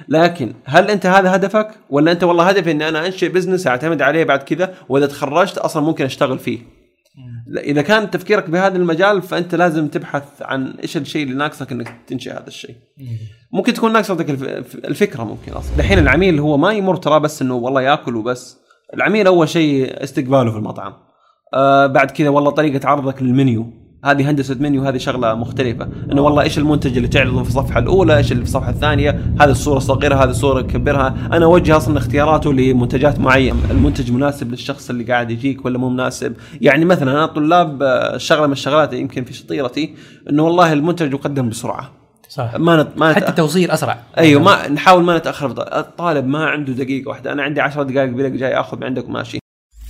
لكن هل انت هذا هدفك ولا انت والله هدفي ان انا انشئ بزنس اعتمد عليه بعد كذا واذا تخرجت اصلا ممكن اشتغل فيه؟ اذا كان تفكيرك بهذا المجال فانت لازم تبحث عن ايش الشيء اللي ناقصك انك تنشئ هذا الشيء. ممكن تكون ناقصتك الفكره، ممكن اصلا الحين العميل هو ما يمر ترى بس انه والله ياكل وبس. العميل اول شيء استقباله في المطعم، بعد كذا والله طريقه عرضك للمنيو، هذه هندسه منيو، هذه شغله مختلفه. انه والله ايش المنتج اللي تعرضه في الصفحه الاولى، ايش اللي في الصفحه الثانيه، هذه الصوره صغيره، هذه الصوره كبرها. انا اوجه اصلا اختياراته لمنتجات معينه، المنتج مناسب للشخص اللي قاعد يجيك ولا مو مناسب. يعني مثلا انا طلاب شغله من الشغلات يمكن في شطيرتي انه والله المنتج يقدم بسرعه، صح. ما حتى توصيل اسرع. ايوه، ما نحاول ما نتاخر. الطالب ما عنده دقيقه واحده، انا عندي 10 دقائق بيلك جاي اخذ من عندك ماشي.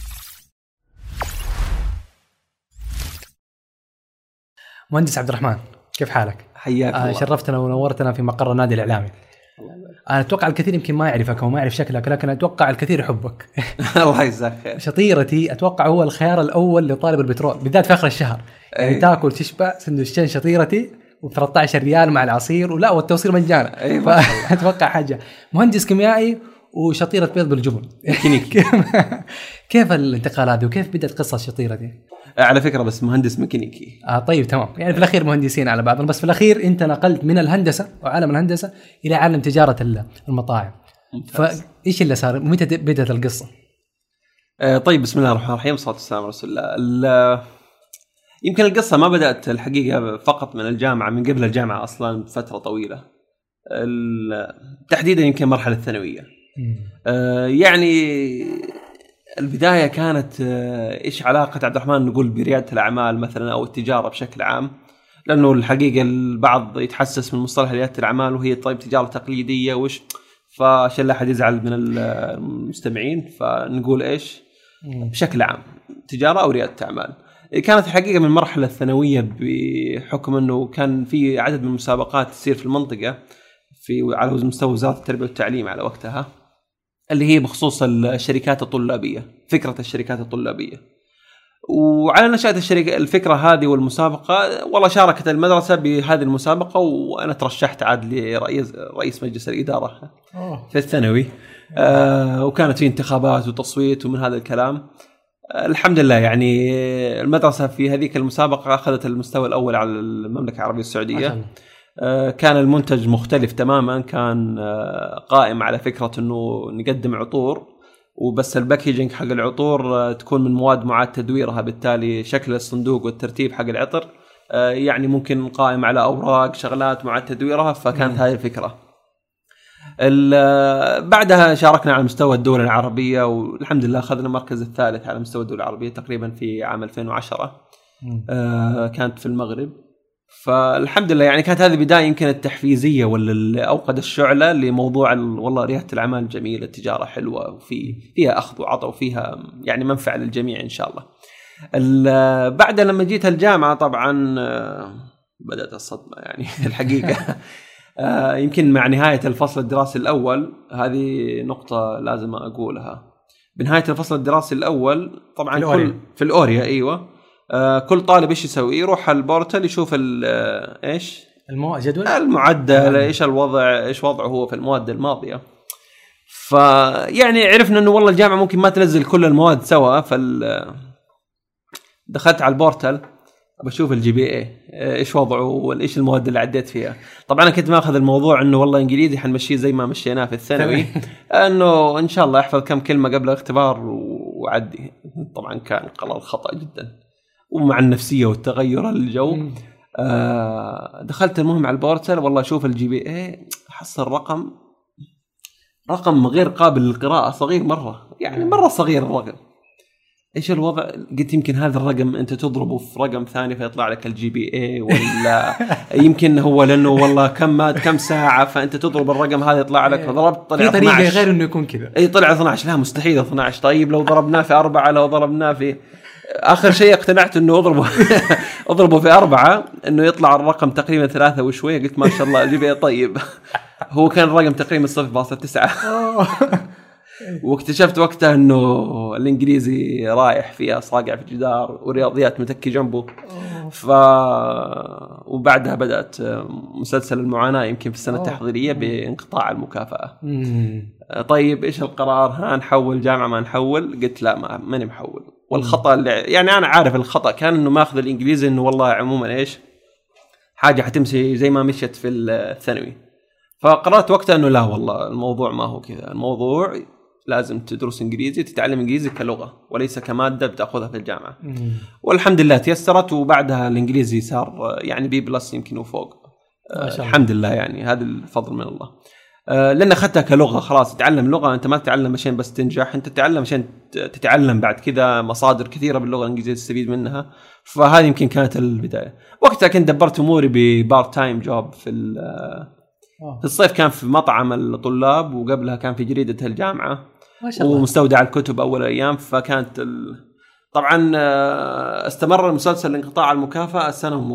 مهندس عبد الرحمن، كيف حالك؟ حياك الله. شرفتنا ونورتنا في مقر النادي الإعلامي. أنا أتوقع الكثير يمكن ما يعرفك أو ما يعرف شكلك، لكن أتوقع الكثير يحبك. الله يجزاك خير. شطيرتي أتوقع هو الخيار الأول لطالب البترول بالذات في آخر الشهر. يعني تاكل تشبع سندوتشين شطيرتي و13 ريال مع العصير ولا والتوصيل مجانا. فأتوقع حاجة مهندس كيميائي وشطيرة بيض بالجبن. كيف الانتقال هذا وكيف بدأت قصة شطيرة دي؟ على فكرة بس مهندس ميكانيكي. طيب تمام. يعني في الأخير مهندسين على بعضنا، بس في الأخير أنت نقلت من الهندسة وعالم الهندسة إلى عالم تجارة المطاعم. فإيش اللي صار؟ متى بدأت القصة؟ طيب بسم الله الرحمن الرحيم، صلاة والسلام على رسول الله. يمكن القصة ما بدأت الحقيقة فقط من الجامعة، من قبل الجامعة أصلا فترة طويلة، تحديدا يمكن مرحلة الثانوية. يعني البداية كانت إيش علاقة عبد الرحمن نقول بريادة الأعمال مثلا أو التجارة بشكل عام؟ لأنه الحقيقة البعض يتحسس من مصطلح ريادة الأعمال وهي طيب تجارة تقليدية وش، فعشان لا أحد يزعل من المستمعين فنقول إيش بشكل عام تجارة أو ريادة أعمال. كانت الحقيقة من المرحلة الثانوية بحكم أنه كان في عدد من المسابقات تصير في المنطقة على مستوى وزارة التربية والتعليم على وقتها، اللي هي بخصوص الشركات الطلابية، فكرة الشركات الطلابية. وعلى نشأة الفكرة هذه والمسابقة، والله شاركت المدرسة بهذه المسابقة وأنا ترشحت عاد لرئيس مجلس الإدارة في الثانوي. وكانت في انتخابات وتصويت ومن هذا الكلام. الحمد لله يعني المدرسة في هذيك المسابقة أخذت المستوى الأول على المملكة العربية السعودية. كان المنتج مختلف تماما، كان قائم على فكرة أنه نقدم عطور وبس الباكيجينج حق العطور تكون من مواد معاد تدويرها، بالتالي شكل الصندوق والترتيب حق العطر يعني ممكن قائم على أوراق شغلات معاد تدويرها. فكانت هذه الفكرة. بعدها شاركنا على مستوى الدول العربية والحمد لله أخذنا المركز الثالث على مستوى الدول العربية تقريبا في عام 2010. كانت في المغرب. فالحمد لله يعني كانت هذه بداية يمكن التحفيزية ولا اللي أوقد الشعلة لموضوع والله ريادة الأعمال جميلة، التجارة حلوة وفيها أخذ وعطاء وفيها يعني منفعة للجميع إن شاء الله. بعد لما جيت الجامعة طبعا بدأت الصدمة يعني الحقيقة. يمكن مع نهاية الفصل الدراسي الأول، هذه نقطة لازم أقولها، بنهاية الفصل الدراسي الأول طبعا في الأوريا أيوة، كل طالب إيش يسوي؟ يروح البورتال يشوف إيش جدول المعدل، إيش الوضع، إيش وضعه هو في المواد الماضية. فيعني عرفنا إنه والله الجامعة ممكن ما تنزل كل المواد سوا. دخلت على البورتال بشوف الجي بي اي ايش وضعه وايش المواد اللي عديت فيها. طبعا انا كنت ماخذ الموضوع انه والله انجليزي حنمشيه زي ما مشيناه في الثانوي، انه ان شاء الله احفظ كم كلمه قبل الاختبار وعدي. طبعا كان قرار خطا جدا، ومع النفسيه والتغير الجو. دخلت المهم على البورتال، والله اشوف الجي بي اي احصل رقم غير قابل للقراءه، صغير مره، يعني مره صغير الرقم. ايش الوضع؟ قلت يمكن هذا الرقم انت تضربه في رقم ثاني فيطلع لك الجي بي اي، ولا يمكن هو لانه والله كم ساعه فانت تضرب الرقم هذا يطلع لك. فضربت طلع في طريقه غير انه يكون كذا. اي طلع 12. لا مستحيل 12. طيب لو ضربناه في 4، لو ضربناه في اخر شيء اقتنعت انه اضربه في 4 انه يطلع الرقم تقريبا 3 وشويه. قلت ما شاء الله الجي بي اي طيب. هو كان الرقم تقريبا 0.9. واكتشفت وقتها انه الانجليزي رايح فيها صاقع في الجدار ورياضيات متكي جنبه. وبعدها بدأت مسلسل المعاناة يمكن في السنة التحضيرية بانقطاع المكافأة. طيب إيش القرار؟ نحول جامعة ما نحول؟ قلت لا ماني محول. والخطأ اللي يعني أنا عارف الخطأ كان إنه ماخذ الإنجليزي إنه والله عموما إيش حاجة حتمشي زي ما مشيت في الثانوي. فقررت وقتها إنه لا والله الموضوع ما هو كذا، الموضوع لازم تدرس إنجليزي، تتعلم إنجليزي كلغة وليس كمادة بتأخذها في الجامعة. والحمد لله تيسرت، وبعدها الإنجليزي صار يعني B+ يمكن وفوق. الحمد لله يعني هذا الفضل من الله. لأن أخذتها كلغة خلاص. تتعلم لغة أنت ما تتعلم عشان بس تنجح، أنت تتعلم عشان تتعلم بعد كذا مصادر كثيرة باللغة الإنجليزية تستفيد منها. فهذه يمكن كانت البداية. وقتها كنت دبرت أموري ببارت تايم جوب في الصيف، كان في مطعم الطلاب، وقبلها كان في جريدة الجامعة ومستودع الكتب أول أيام. فكانت طبعا استمر المسلسل لانقطاع المكافأة 1.5 سنة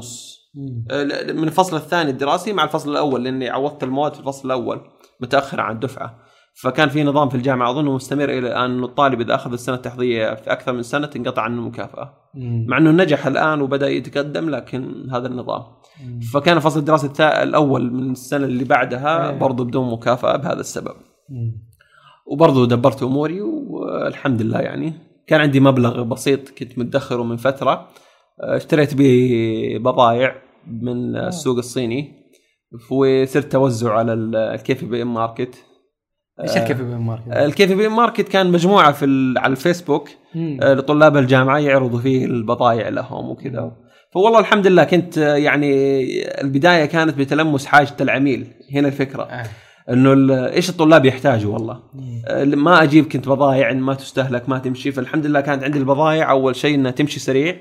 من الفصل الثاني الدراسي مع الفصل الأول، لأني عوضت المواد في الفصل الأول متأخر عن الدفعة. فكان في نظام في الجامعة أظنه مستمر إلى الآن أنه الطالب إذا أخذ السنة التحضيرية في أكثر من سنة تنقطع عنه مكافأة، مع أنه نجح الآن وبدأ يتقدم، لكن هذا النظام. فكان فصل الدراسة الأول من السنة اللي بعدها برضو بدون مكافأة بهذا السبب. وبرضو دبرت أموري والحمد لله. يعني كان عندي مبلغ بسيط كنت مدخره من فترة، اشتريت به بضائع من السوق الصيني وصرت أوزع على الكيفي بي ام ماركت. ايش الكيفي بي ام ماركت؟ الكيفي بي ام ماركت كان مجموعة على الفيسبوك لطلاب الجامعة يعرضوا فيه البضائع لهم وكذا. فوالله الحمد لله كنت يعني البداية كانت بتلمس حاجة العميل. هنا الفكرة انه ايش الطلاب يحتاجوا. والله ما اجيب كنت بضائع ما تستهلك ما تمشي. فالحمد لله كانت عندي البضائع اول شيء انها تمشي سريع،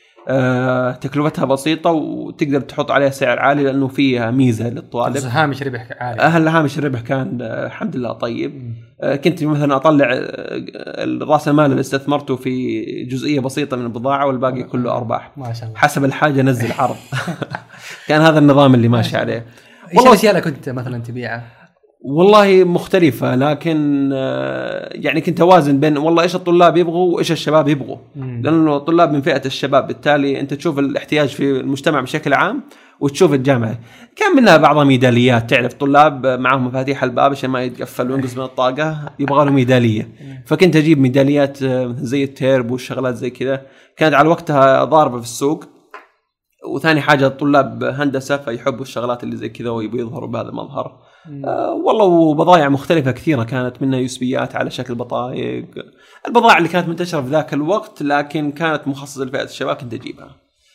تكلفتها بسيطة، وتقدر تحط عليها سعر عالي لأنه فيها ميزة للطالب. هامش ربح عالي. هامش الربح كان الحمد لله طيب. كنت مثلا أطلع رأس المال اللي استثمرته في جزئية بسيطة من البضاعة والباقي كله أرباح ما شاء الله. حسب الحاجة نزل عرض. كان هذا النظام اللي ماشي عليه. والله الأشياء اللي كنت مثلا تبيعها والله مختلفة، لكن يعني كنت أوازن بين والله إيش الطلاب يبغوا وإيش الشباب يبغوا. لأنه الطلاب من فئة الشباب، بالتالي أنت تشوف الاحتياج في المجتمع بشكل عام وتشوف الجامعة. كان منها بعضها ميداليات، تعرف طلاب معهم مفاتيح الباب عشان ما يتقفل وينقص من الطاقة يبغى له ميدالية. فكنت أجيب ميداليات زي التيرب والشغلات زي كذا، كانت على وقتها ضاربة في السوق. وثاني حاجة الطلاب هندسة فيحبوا الشغلات اللي زي كذا ويظهروا بهذا المظهر. والله وبضائع مختلفة كثيرة، كانت منها يوسبيات على شكل بطايق. البضائع اللي كانت منتشرة في ذاك الوقت لكن كانت مخصصة لفئة الشباب كنت أجيبها.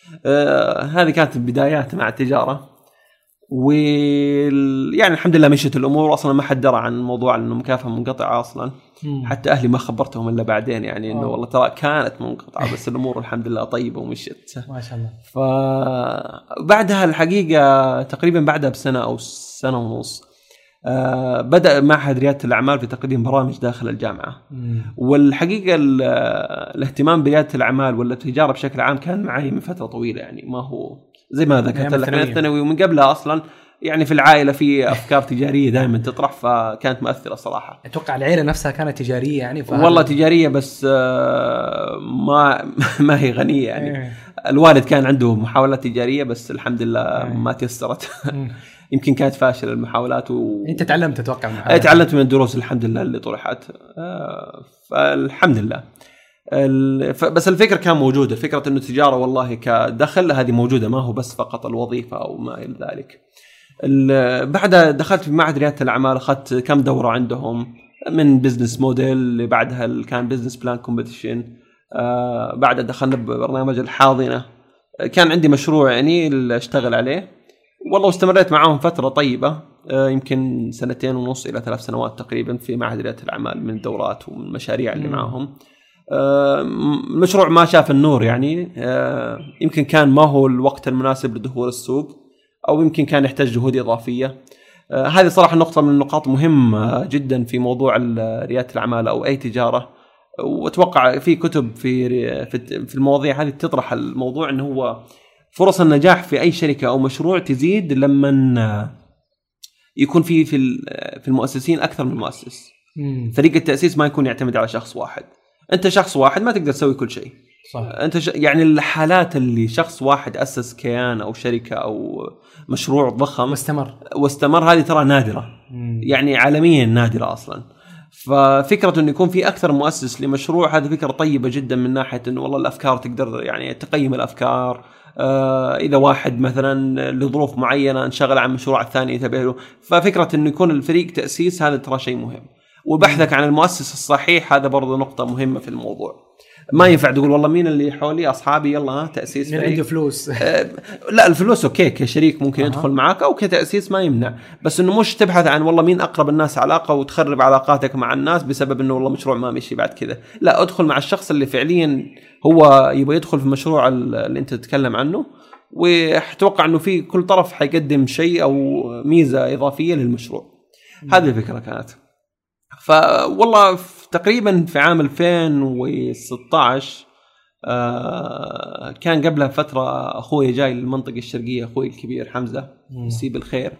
هذه كانت البدايات مع التجارة. يعني الحمد لله مشيت الأمور. أصلا ما حد درى عن موضوع إنه مكافأة منقطعة أصلا. حتى أهلي ما خبرتهم إلا بعدين، يعني إنه والله ترى كانت منقطعة بس الأمور الحمد لله طيبة ومشيت ما شاء الله. فبعدها الحقيقة تقريبا بعدها بسنة أو 1.5 سنة بدأ معهد ريادة الأعمال في تقديم برامج داخل الجامعة. والحقيقة الاهتمام بريادة الأعمال ولا التجارة بشكل عام كان معي من فترة طويلة، يعني ما هو زي ما ذكرت لك من الثانوي ومن قبلها أصلا. يعني في العائلة في أفكار تجارية دائما تطرح، فكانت مؤثرة صراحة. أتوقع العائلة نفسها كانت تجارية يعني. والله تجارية بس ما هي غنية يعني. الوالد كان عنده محاولات تجارية بس الحمد لله ما تيسرت. يمكن كانت فاشلة المحاولات أنت تعلمت أتوقع من تعلمت من الدروس الحمد لله اللي طرحت. فالحمد لله. بس الفكرة كان موجودة، فكرة إنه تجارة والله كدخل هذه موجودة، ما هو بس فقط الوظيفة أو ما إلى ذلك. بعد دخلت في معهد ريادة الأعمال، أخذت كم دورة عندهم من بيزنس موديل اللي بعدها كان بيزنس بلان كومبيتيشن. بعد دخلنا ببرنامج الحاضنة. كان عندي مشروع يعني اللي أشتغل عليه والله، واستمريت معهم فترة طيبة يمكن 2.5 إلى 3 سنوات تقريبا في معهد ريادة الأعمال من الدورات ومن المشاريع اللي معهم. مشروع ما شاف النور يعني. يمكن كان ما هو الوقت المناسب لدخول السوق أو يمكن كان يحتاج جهود إضافية. هذه صراحة نقطة من النقاط مهمة جدا في موضوع ريادة الأعمال أو أي تجارة. وأتوقع في كتب في المواضيع هذه تطرح الموضوع أنه هو فرص النجاح في أي شركة أو مشروع تزيد لما يكون في المؤسسين أكثر من مؤسس. فريق التأسيس ما يكون يعتمد على شخص واحد. أنت شخص واحد ما تقدر تسوي كل شيء. صح. انت يعني الحالات اللي شخص واحد اسس كيان او شركه او مشروع ضخم واستمر هذه ترى نادره. يعني عالميا نادره اصلا. ففكره انه يكون في اكثر مؤسس لمشروع هذه فكره طيبه جدا من ناحيه انه والله الافكار تقدر يعني تقيم الافكار. اذا واحد مثلا لظروف معينه انشغل عن مشروع الثاني ينتبه له. ففكره انه يكون الفريق تاسيس هذا ترى شيء مهم. وبحثك عن المؤسس الصحيح هذا برضه نقطه مهمه في الموضوع. ما ينفع تقول والله مين اللي حولي أصحابي يلا تأسيس فريق. عنده فلوس. لا الفلوس أوكي كشريك ممكن يدخل معك أو كتأسيس ما يمنع. بس إنه مش تبحث عن والله مين أقرب الناس علاقة وتخرب علاقاتك مع الناس بسبب إنه والله مشروع ما مشي بعد كذا. لا أدخل مع الشخص اللي فعليا هو يبغى يدخل في المشروع اللي أنت تتكلم عنه. وحتوقع إنه في كل طرف حيقدم شيء أو ميزة إضافية للمشروع. هذه الفكرة كانت. فوالله تقريبا في عام 2016 كان قبلها فترة أخوي جاي للمنطقة الشرقية أخوي الكبير حمزة يسيب الخير.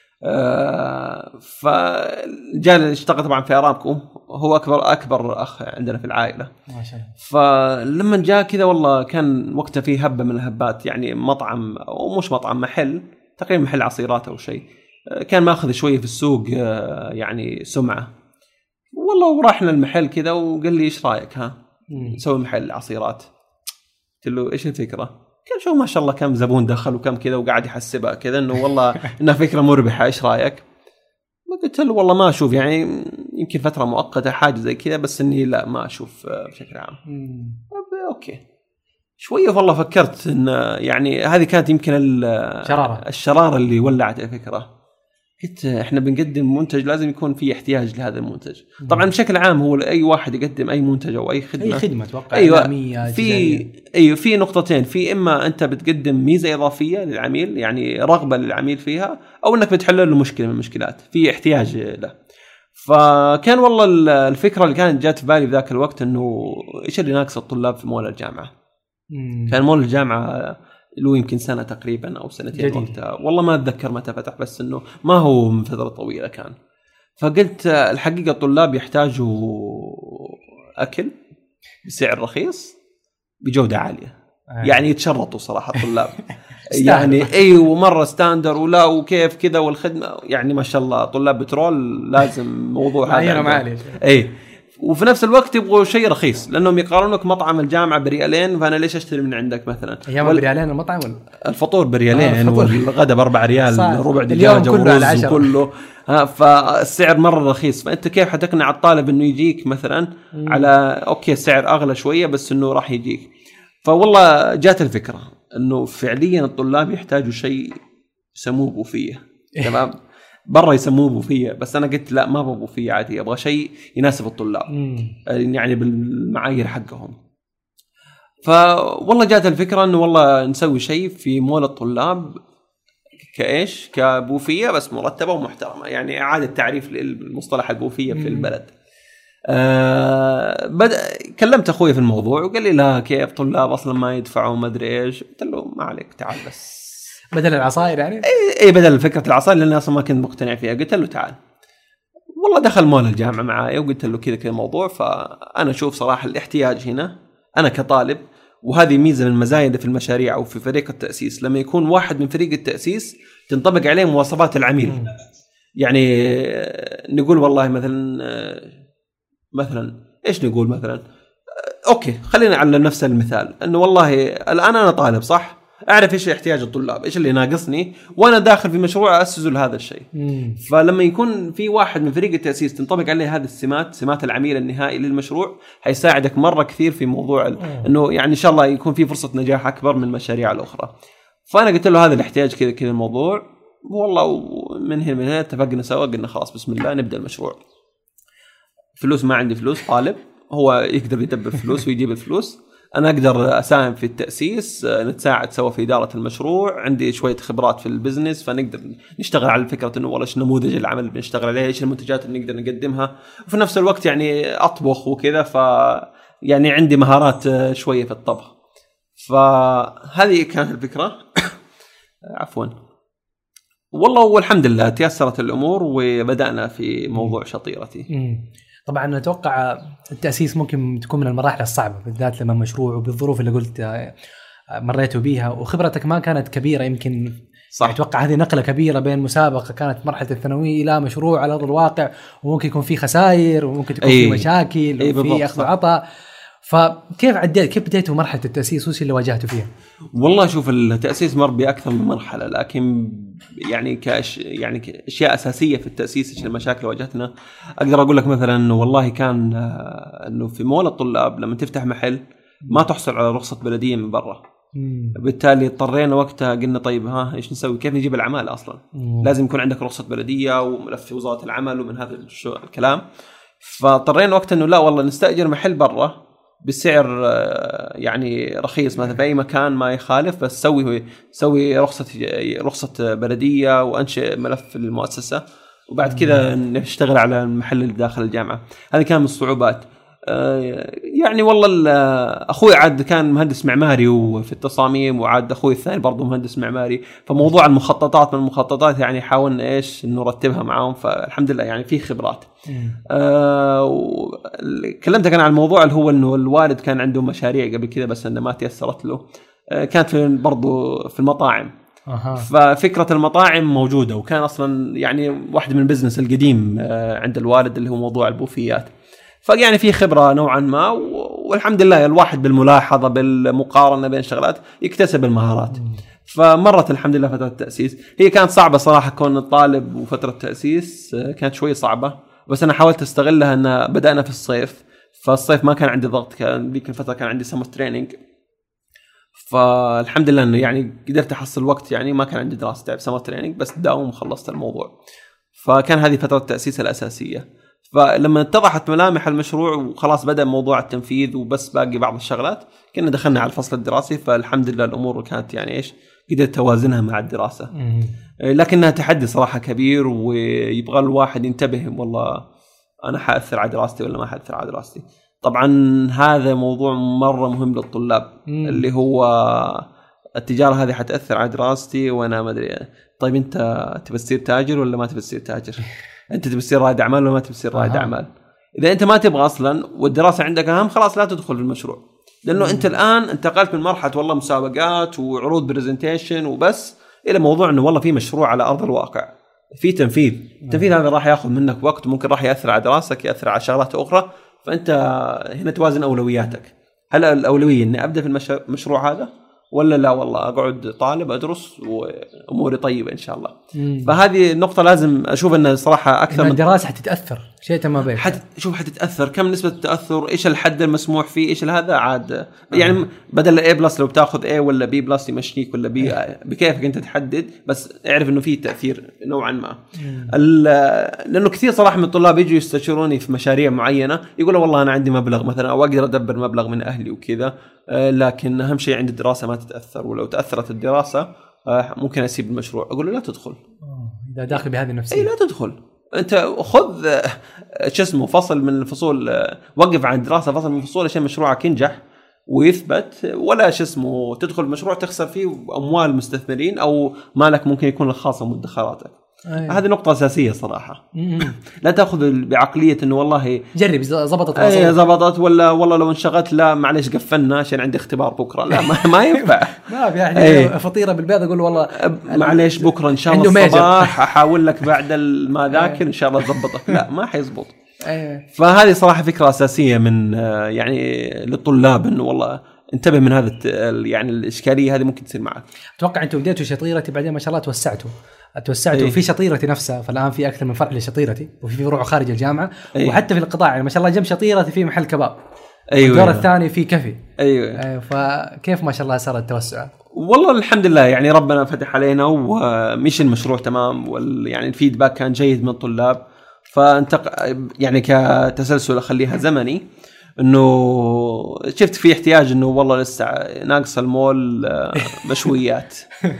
فجاء اشتغل طبعا في أرامكو هو أكبر أخ عندنا في العائلة ما شاء الله. فلما جاء كذا والله كان وقتها فيه هبة من الهبات يعني مطعم أو مش مطعم محل تقريبا محل عصيرات أو شيء كان ماخذ شوية في السوق يعني سمعة. والله ورحنا المحل كذا وقال لي إيش رأيك نسوي محل عصيرات. قلت له إيش الفكرة؟ قال شو ما شاء الله كم زبون دخل وكم كذا وقاعد يحسبها كذا إنه والله إنها فكرة مربحة إيش رأيك؟ ما قلت له والله ما أشوف يعني يمكن فترة مؤقتة حاجة زي كذا بس إني لا ما أشوف بشكل عام. أوكي شوية والله فكرت إن يعني هذه كانت يمكن الشرارة اللي ولعت الفكرة. قلت احنا بنقدم منتج لازم يكون في احتياج لهذا المنتج. طبعا بشكل عام هو اي واحد يقدم اي منتج او اي خدمه اتوقع ايوه في نقطتين. في اما انت بتقدم ميزه اضافيه للعميل يعني رغبه للعميل فيها او انك بتحل له مشكله من المشكلات في احتياج له. فكان والله الفكره اللي كانت جات في بالي في ذاك الوقت انه ايش اللي ناقص الطلاب في مول الجامعه. كان مول الجامعه له يمكن سنة تقريبا أو سنتين وقتها والله ما أتذكر متى فتح بس إنه ما هو من فترة طويلة كان. فقلت الحقيقة الطلاب يحتاجوا أكل بسعر رخيص بجودة عالية يعني يتشرطوا صراحة الطلاب يعني أيوة مرة ستاندر ولا وكيف كذا والخدمة يعني ما شاء الله طلاب بترول لازم موضوع هذا أي وفي نفس الوقت يبغوا شيء رخيص لأنهم يقارنوك مطعم الجامعة بريالين فأنا ليش أشتري من عندك مثلا بريالين المطعم الفطور بريالين والغدا ب4 ريال ربع دجاجة ورز كله فالسعر مرة رخيص. فأنت كيف حتقنع الطالب إنه يجيك مثلا على أوكي سعر أغلى شوية بس إنه راح يجيك. فوالله جات الفكرة إنه فعليا الطلاب يحتاجوا شيء يسموه بوفية تمام برا يسموه بوفية بس أنا قلت لا ما بوفية عادي أبغى شيء يناسب الطلاب يعني بالمعايير حقهم. فوالله جات الفكرة إنه والله نسوي شيء في مول الطلاب كإيش كبوفية بس مرتبة ومحترمة يعني إعادة تعريف للمصطلح البوفية في البلد. كلمت أخوي في الموضوع وقال لي لا كيف طلاب أصلا ما يدفعوا ما أدري إيش. قلت له ما عليك تعال بس بدل العصائر يعني اي بدل فكره العصائر لان اصلا ما كنت مقتنع فيها. قلت له تعال والله دخل مول الجامعه معايا وقلت له كذا الموضوع. فانا اشوف صراحه الاحتياج هنا انا كطالب وهذه ميزه من المزايا في المشاريع او في فريق التاسيس لما يكون واحد من فريق التاسيس تنطبق عليه مواصفات العميل. يعني نقول والله مثلا ايش نقول مثلا اوكي خلينا على نفس المثال انه والله الان انا طالب صح أعرف إيش احتياج الطلاب إيش اللي ناقصني وأنا داخل في مشروع أسسه لهذا الشيء. فلما يكون في واحد من فريق التأسيس تنطبق عليه هذه سمات العميل النهائي للمشروع هيساعدك مرة كثير في موضوع إنه يعني إن شاء الله يكون في فرصة نجاح أكبر من المشاريع الأخرى. فأنا قلت له هذا الاحتياج كذا الموضوع والله من هنا اتفقنا سوا قلنا خلاص بسم الله نبدأ المشروع. فلوس ما عندي فلوس طالب هو يقدر يدبر فلوس ويجيب الفلوس. أنا أقدر أساهم في التأسيس نتساعد سوا في إدارة المشروع عندي شوية خبرات في البزنس فنقدر نشتغل على فكرة إنه والله إيش نموذج العمل اللي بنشتغل عليه إيش المنتجات اللي نقدر نقدمها وفي نفس الوقت يعني أطبخ وكذا يعني عندي مهارات شوية في الطبخ. فهذه كانت الفكرة عفوا والله والحمد لله تيسرت الأمور وبدأنا في موضوع شطيرتي. طبعا اتوقع التاسيس ممكن تكون من المراحل الصعبه، بالذات لما مشروع وبالظروف اللي قلت مريتوا بيها، وخبرتك ما كانت كبيره يمكن. صح. يعني اتوقع هذه نقله كبيره بين مسابقه كانت مرحله الثانويه الى مشروع على ارض الواقع، وممكن يكون في خسائر وممكن تكون في مشاكل وفي اخذ وعطاء. فكيف عديت، كيف بديتوا مرحله التاسيس وش اللي واجهتوا فيها؟ والله شوف التاسيس مر باكثر من مرحله، لكن يعني اشياء اساسيه في التاسيس ايش المشاكل اللي واجهتنا. اقدر اقول لك مثلا انه والله كان انه في مول الطلاب لما تفتح محل ما تحصل على رخصه بلديه من برا، بالتالي اضطرينا وقتها قلنا طيب ها ايش نسوي، كيف نجيب العمال اصلا؟ لازم يكون عندك رخصه بلديه وملف في وزاره العمل ومن هذا الكلام. فاضطرينا وقتها انه لا والله نستاجر محل برا بسعر يعني رخيص مثلا في اي مكان ما يخالف، بس سوي رخصه بلديه وانشئ ملف للمؤسسه، وبعد كذا نشتغل على المحل اللي داخل الجامعه. هذه كان من الصعوبات. يعني والله اخوي عاد كان مهندس معماري وفي التصاميم، وعاد اخوي الثاني برضه مهندس معماري، فموضوع المخططات من المخططات يعني حاولنا ايش نرتبها معاهم، فالحمد لله يعني في خبرات. كلمتك انا عن الموضوع اللي هو انه الوالد كان عنده مشاريع قبل كذا بس انه ما تيسرت له، كانت برضه في المطاعم. ففكرة المطاعم موجودة، وكان أصلا يعني واحد من البزنس القديم عند الوالد اللي هو موضوع البوفيات. فيعني في خبرة نوعا ما، والحمد لله الواحد بالملاحظة بالمقارنة بين شغلات يكتسب المهارات. فمرت الحمد لله فترة التأسيس، هي كانت صعبة صراحة كون الطالب، وفترة التأسيس كانت شوي صعبة، بس أنا حاولت استغلها أن بدأنا في الصيف، فالصيف ما كان عندي ضغط، كان ذيك الفترة كان عندي سمر تريننج، فالحمد لله أنه يعني قدرت أحصل وقت، يعني ما كان عندي دراسة تعب سمر تريننج بس داوم وخلصت الموضوع. فكان هذه فترة التأسيس الأساسية. فلما اتضحت ملامح المشروع وخلاص بدأ موضوع التنفيذ وبس باقي بعض الشغلات، كنا دخلنا على الفصل الدراسي، فالحمد لله الأمور كانت يعني إيش قدرت توازنها مع الدراسة. لكنها تحدي صراحة كبير، ويبغى الواحد ينتبه والله أنا حأثر على دراستي ولا ما حأثر على دراستي. طبعا هذا موضوع مرة مهم للطلاب، اللي هو التجارة هذه حتأثر على دراستي وأنا ما أدري. طيب أنت تبي تصير تاجر ولا ما تبي تصير تاجر؟ أنت تبي تصير رائد أعمال ولا ما تبي تصير رائد أعمال؟ إذا أنت ما تبغى أصلاً والدراسة عندك أهم، خلاص لا تدخل في المشروع، لأنه أنت الآن انتقلت من مرحلة والله مسابقات وعروض برزنتيشن وبس إلى موضوع إنه والله في مشروع على أرض الواقع، في تنفيذ. التنفيذ هذا راح يأخذ منك وقت، وممكن راح يأثر على دراستك، يأثر على شغلات أخرى. فأنت هنا توازن أولوياتك. هل الأولوية إني أبدأ في المشروع هذا، ولا لا والله أقعد طالب أدرس وأموري طيبة إن شاء الله؟ فهذه النقطة لازم أشوف أن صراحة أكثر من الدراسة حتتأثر شيء ما بين شوف حتتأثر كم نسبة التأثر، إيش الحد المسموح فيه، إيش هذا عاد يعني بدل A بلس لو بتاخذ A ولا B بلس يمشيك ولا B بكيفك أنت تحدد، بس اعرف إنه فيه تأثير نوعا ما. لأنه كثير صراحة من الطلاب يجوا يستشيروني في مشاريع معينة، يقولوا والله أنا عندي مبلغ مثلا أو أقدر أدبر مبلغ من أهلي وكذا، لكن أهم شيء عند الدراسة ما تتأثر، ولو تأثرت الدراسة ممكن أسيب المشروع. أقول له لا تدخل، إذا داخل بهذه النفسية أي لا تدخل، أنت خذ فصل من الفصول، وقف عن الدراسة فصل من الفصول عشان مشروعك ينجح ويثبت، ولا تدخل مشروع تخسر فيه أموال مستثمرين أو مالك ممكن يكون الخاصة مدخراتك. هذه نقطة أساسية صراحة. لا تأخذ بعقلية إنه والله جرب زبطت زبطت، ولا والله لو انشغلت لا معليش قفلنا عشان عندي اختبار بكرة. لا ما ينفع. ما في أحد فطيرة بالبيض أقول والله معليش بكرة إن شاء الله الصباح أحاول لك بعد ما ذاكر إن شاء الله تضبطك. لا ما حيزبط. فهذه صراحة فكرة أساسية من يعني للطلاب، إنه والله انتبه من هذا يعني الإشكالية هذه ممكن تصير معك. أتوقع أنتم بديتوا شطيرتي بعدين ما شاء الله توسعتوا في شطيرتي نفسها، فالآن في أكثر من فرع لشطيرتي، وفي فروع خارج الجامعة. وحتى في القطاع يعني ما شاء الله جنب شطيرتي في محل كباب. الدور الثاني في كافي. فكيف ما شاء الله صار التوسع؟ والله الحمد لله يعني ربنا فتح علينا ومشي المشروع تمام، يعني الفيدباك كان جيد من الطلاب. يعني كتسلسل أخليها زمني، انه شفت في احتياج انه والله لسه ناقص المول مشويات.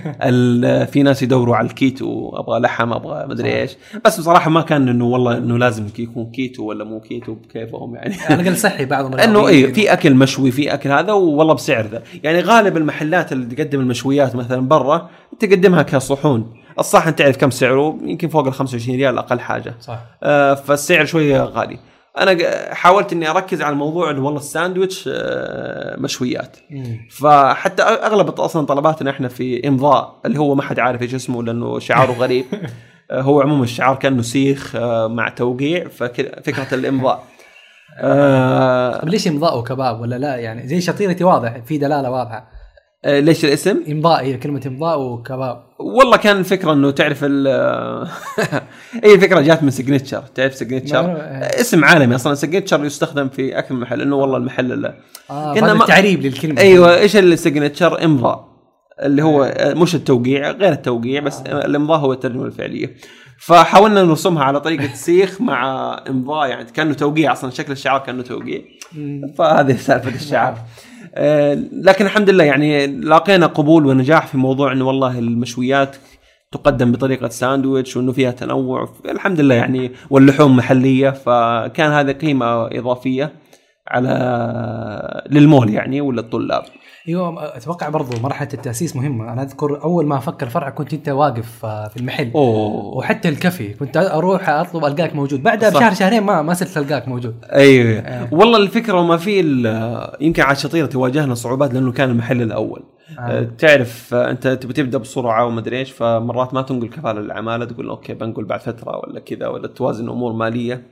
في ناس يدوروا على الكيتو، ابغى لحم ابغى مدري ايش، بس بصراحه ما كان انه والله انه لازم يكون كيتو ولا مو كيتو بكيفهم يعني. انا قل صحي بعضهم انه في اكل مشوي في اكل هذا والله بسعر ذا. يعني غالب المحلات اللي تقدم المشويات مثلا برا تقدمها كصحون، الصحن تعرف كم سعره، يمكن فوق ال 25 ريال اقل حاجه. صح. فالسعر شويه غالي. انا حاولت اني اركز على الموضوع انه والله الساندويتش مشويات. فحتى اغلب اصلا طلباتنا احنا في امضاء اللي هو ما حد عارف ايش اسمه لانه شعاره غريب. هو عموما الشعار كانه سيخ مع توقيع، ففكره الامضاء. ليش امضاء وكباب ولا لا؟ يعني زي شطيرتي واضح، في دلاله واضحه. ليش الاسم امضاء؟ هي كلمه امضاء وكباب. والله كان الفكره انه تعرف اي الفكره جات من سيجنتشر. تعرف سيجنتشر اسم عالمي اصلا. سيجنتشر يستخدم في اكل محل انه والله المحل كنا تعريب للكلمه. ايوه ايش السيجنتشر؟ امضاء اللي هو مش التوقيع، غير التوقيع بس الامضاء هو الترجمه الفعليه. فحاولنا نرسمها على طريقه سيخ مع امضاء، يعني كانه توقيع اصلا، شكل الشعار كانه توقيع. فهذه سالفه الشعار. لكن الحمد لله يعني لاقينا قبول ونجاح في موضوع انه والله المشويات تقدم بطريقه ساندويتش وانه فيها تنوع الحمد لله يعني، واللحوم محليه. فكان هذا قيمه اضافيه على للمول يعني وللطلاب. ايوه اتوقع برضو مرحله التاسيس مهمه. انا اذكر اول ما افكر فرع كنت انت واقف في المحل. وحتى الكافي كنت اروح اطلب القاك موجود، بعدها بشهر شهرين ما صرت القاك موجود. ايوه والله الفكره وما في يمكن على شطيره تواجهنا صعوبات لانه كان المحل الاول. تعرف انت تبي تبدا بسرعه وما ادري ايش، فمرات ما تنقل كفاله للعماله، تقول اوكي بنقل بعد فتره ولا كذا، ولا توازن امور ماليه.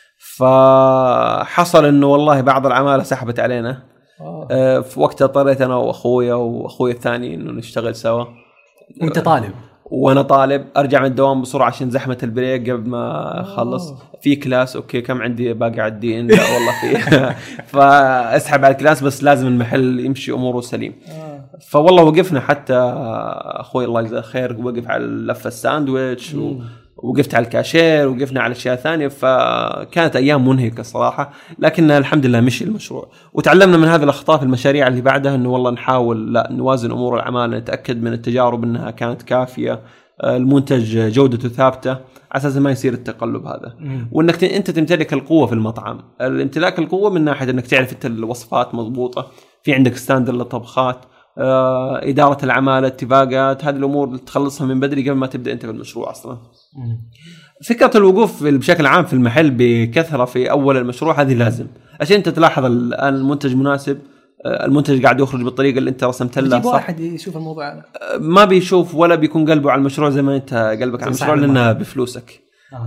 فحصل انه والله بعض العماله سحبت علينا. في وقتها اضطريت انا واخويا الثاني انه نشتغل سوا. وانت طالب وانا طالب ارجع من الدوام بسرعه عشان زحمه البريك قبل ما اخلص في كلاس. اوكي كم عندي باقي على الدين؟ لا والله في. فاسحب على الكلاس بس لازم المحل يمشي اموره سليم. فوالله وقفنا، حتى اخوي الله يجزاه خير وقف على لفه الساندويتش وقفت على الكاشير، وقفنا على اشياء ثانيه. فكانت ايام منهكه صراحه، لكن الحمد لله مشي المشروع. وتعلمنا من هذه الاخطاء في المشاريع اللي بعدها انه والله نحاول لا نوازن امور العماله، نتاكد من التجارب انها كانت كافيه، المنتج جودته ثابته، على اساس ما يصير التقلب هذا. وانك انت تمتلك القوه في المطعم. الامتلاك القوه من ناحيه انك تعرف انت الوصفات مضبوطه، في عندك ستاندر للطبخات، إدارة العمالة، اتفاقات، هذه الأمور تخلصها من بدري قبل ما تبدأ أنت بالمشروع أصلا. فكرة الوقوف بشكل عام في المحل بكثرة في أول المشروع هذه لازم، عشان أنت تلاحظ الآن المنتج مناسب، المنتج قاعد يخرج بالطريقة اللي أنت رسمت له صح. واحد يشوف الموضوع ما بيشوف ولا بيكون قلبه على المشروع زي ما أنت قلبك على المشروع لأنها بفلوسك.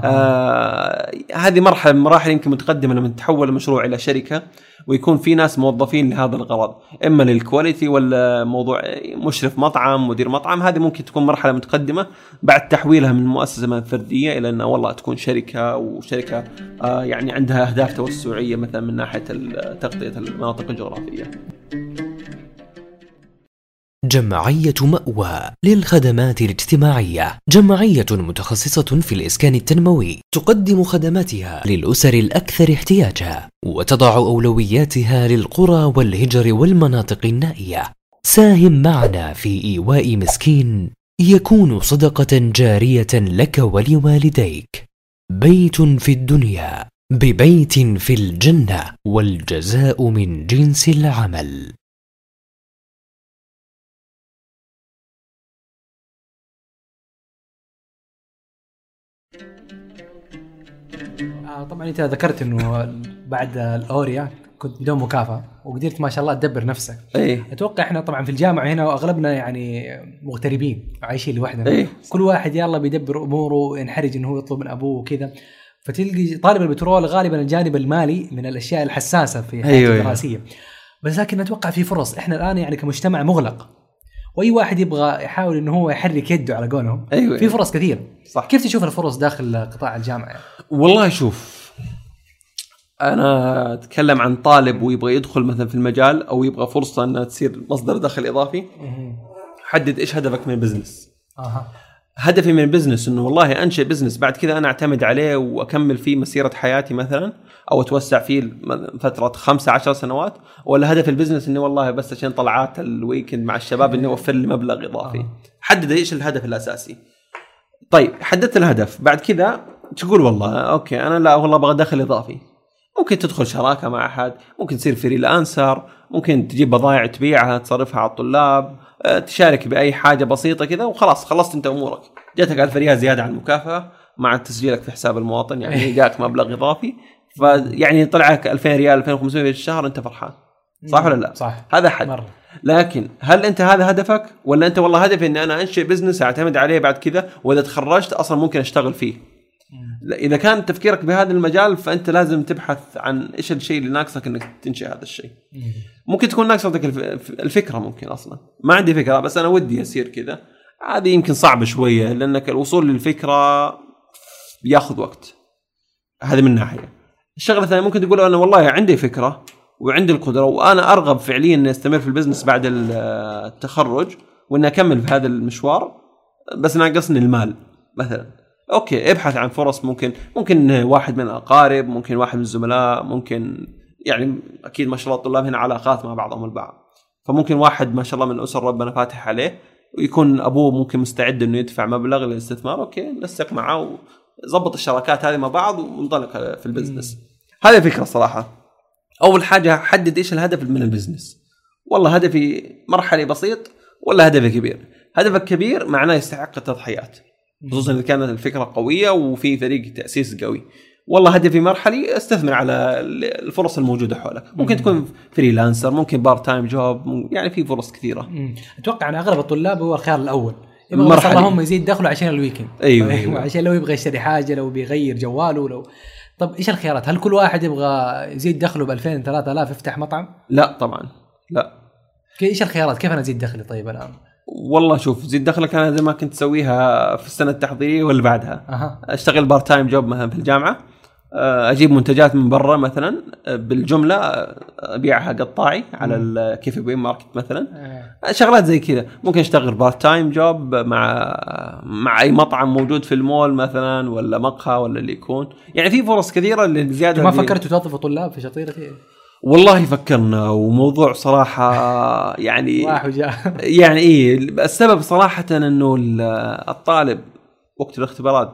هذه مرحلة من مراحل يمكن متقدمة لما تحول المشروع إلى شركة ويكون في ناس موظفين لهذا الغرض، إما للكواليتي ولا موضوع مشرف مطعم، مدير مطعم. هذه ممكن تكون مرحلة متقدمة بعد تحويلها من مؤسسة فردية إلى أن والله تكون شركة، وشركة يعني عندها أهداف توسعية مثلا من ناحية تغطية المناطق الجغرافية. جمعية مأوى للخدمات الاجتماعية، جمعية متخصصة في الإسكان التنموي، تقدم خدماتها للأسر الأكثر احتياجا، وتضع أولوياتها للقرى والهجر والمناطق النائية. ساهم معنا في إيواء مسكين يكون صدقة جارية لك ولوالديك. بيت في الدنيا ببيت في الجنة، والجزاء من جنس العمل. طبعا انت ذكرت انه بعد الاوريا كنت بدون مكافأة وقدرت ما شاء الله تدبر نفسك. اتوقع احنا طبعا في الجامعه هنا واغلبنا يعني مغتربين عايشين لوحدنا. كل واحد يلا بيدبر اموره، ينحرج انه هو يطلب من ابوه وكذا. فتلقي طالب البترول غالبا الجانب المالي من الاشياء الحساسه في حياته الدراسيه. بس لكن اتوقع في فرص. احنا الان يعني كمجتمع مغلق، واي واحد يبغى يحاول انه هو يحرك يده على قولهم. في فرص كثير صح. كيف تشوف الفرص داخل قطاع الجامعه يعني؟ والله شوف، انا اتكلم عن طالب ويبغى يدخل مثلا في المجال او يبغى فرصه انها تصير مصدر دخل اضافي. حدد ايش هدفك من البزنس. هدفي من البزنس انه والله انشئ بزنس بعد كذا انا اعتمد عليه واكمل فيه مسيره حياتي مثلا، او اتوسع فيه فتره 15 سنوات، ولا هدف البزنس اني والله بس عشان طلعات الويكند مع الشباب اني اوفر لي مبلغ اضافي. حدد ايش الهدف الاساسي. طيب حددت الهدف، بعد كذا تقول والله اوكي انا لا والله ابغى دخل اضافي. ممكن تدخل شراكه مع احد، ممكن تصير فريلانسر، ممكن تجيب بضائع تبيعها تصرفها على الطلاب، تشارك باي حاجه بسيطه كذا وخلاص خلصت انت امورك. جاتك 1000 ريال زياده عن المكافاه مع تسجيلك في حساب المواطن، يعني جاك مبلغ اضافي فيعني طلعك 2000 ريال 2500 في الشهر انت فرحان، صح ولا لا؟ صح. هذا حد مرة. لكن هل انت هذا هدفك، ولا انت والله هدفي ان انا انشئ بزنس اعتمد عليه بعد كذا، واذا تخرجت اصلا ممكن اشتغل فيه؟ اذا كان تفكيرك بهذا المجال فانت لازم تبحث عن ايش الشيء اللي ناقصك انك تنشئ هذا الشيء. ممكن تكون ناقصتك الفكره، ممكن اصلا ما عندي فكره بس انا ودي اصير كذا، هذه يمكن صعبه شويه لانك الوصول للفكره بياخذ وقت. هذه من ناحيه. الشغله الثانيه ممكن تقول انا والله عندي فكره وعندي القدره وانا ارغب فعليا اني استمر في البزنس بعد التخرج واني اكمل في هذا المشوار، بس ناقصني المال مثلا. اوكي ابحث عن فرص، ممكن واحد من الاقارب، ممكن واحد من الزملاء، ممكن يعني اكيد ما شاء الله الطلاب هنا علاقات مع بعضهم البعض، فممكن واحد ما شاء الله من الاسر ربنا فاتح عليه ويكون ابوه ممكن مستعد انه يدفع مبلغ للاستثمار، اوكي نسق معه وظبط الشراكات هذه مع بعض وننطلق في البزنس. هذه فكره صراحه. اول حاجه حدد ايش الهدف من البزنس. والله هدفي مرحلي بسيط ولا هدفي كبير؟ هدفك كبير معناه يستحق التضحيات، خصوصا اذا كانت الفكره قويه وفي فريق تاسيس قوي. والله هدفي مرحلي، استثمر على الفرص الموجوده حولك، ممكن تكون فريلانسر، ممكن بارت تايم جوب، يعني في فرص كثيره. اتوقع ان اغلب الطلاب هو الخيار الاول، يبغى اللهم يزيد دخله عشان الويكند. أيوة. عشان لو يبغى يشتري حاجه، لو بيغير جواله، لو طب ايش الخيارات؟ هل كل واحد يبغى يزيد دخله ب 2000 3000 يفتح مطعم؟ لا طبعا لا. ايش الخيارات؟ كيف انا ازيد دخلي طيب الان؟ والله شوف، زيد دخلك انا زي ما كنت اسويها في السنه التحضيريه واللي بعدها. اشتغل بارت تايم جوب مثلا في الجامعه، اجيب منتجات من برا مثلا بالجمله ابيعها قطاعي على الكيف بي ماركت مثلا. شغلات زي كذا. ممكن اشتغل بارت تايم جوب مع اي مطعم موجود في المول مثلا، ولا مقهى ولا اللي يكون. يعني في فرص كثيره للزياده. ما فكرتوا توظفوا طلاب في شطيرتي؟ والله فكرنا، وموضوع صراحه يعني يعني ايه السبب صراحه انه الطالب وقت الاختبارات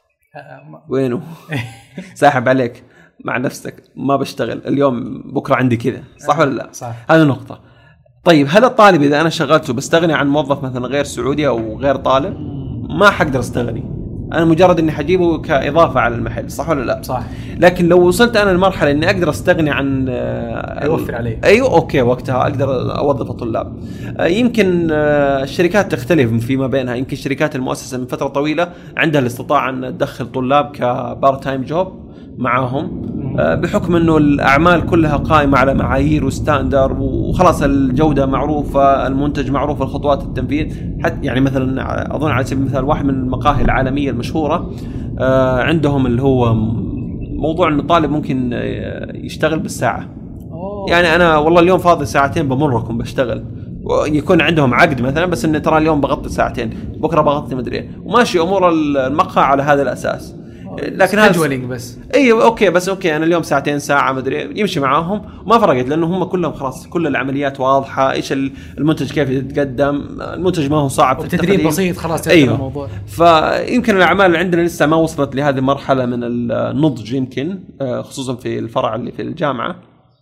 وينه ساحب عليك مع نفسك، ما بشتغل اليوم بكره عندي كذا، صح ولا لا؟ صح. هذه نقطه. طيب هل الطالب اذا انا شغلته بستغني عن موظف مثلا غير سعودي او غير طالب؟ ما حقدر استغني، انا مجرد اني حجيبه كاضافه على المحل، صح ولا لا؟ صح. لكن لو وصلت انا لمرحله اني اقدر استغني عن يوفر عليه، ايوه اوكي وقتها اقدر اوظف الطلاب. يمكن الشركات تختلف فيما بينها. يمكن شركات المؤسسه من فتره طويله عندها الاستطاعه ان تدخل طلاب كبارت تايم جوب معاهم، بحكم انه الاعمال كلها قائمه على معايير وستاندر، وخلاص الجوده معروفه، المنتج معروف، الخطوات التنفيذ. حتى يعني مثلا اظن على سبيل المثال واحد من المقاهي العالميه المشهوره عندهم اللي هو موضوع انه الطالب ممكن يشتغل بالساعه. يعني انا والله اليوم فاضي ساعتين بمركم بشتغل، ويكون عندهم عقد مثلا بس ان ترى اليوم بغطي ساعتين، بكره بغطي مدري، وماشي امور المقهى على هذا الاساس. لكن هذا بس ايوه اوكي، بس اوكي انا اليوم ساعتين ساعه مدري يمشي معاهم، ما فرقت لانه هم كلهم خلاص كل العمليات واضحه، ايش المنتج كيف يتقدم، المنتج ما هو صعب في التدريب، بسيط خلاص. أيوة. الموضوع. فيمكن الاعمال اللي عندنا لسه ما وصلت لهذه المرحله من النضج، يمكن خصوصا في الفرع اللي في الجامعه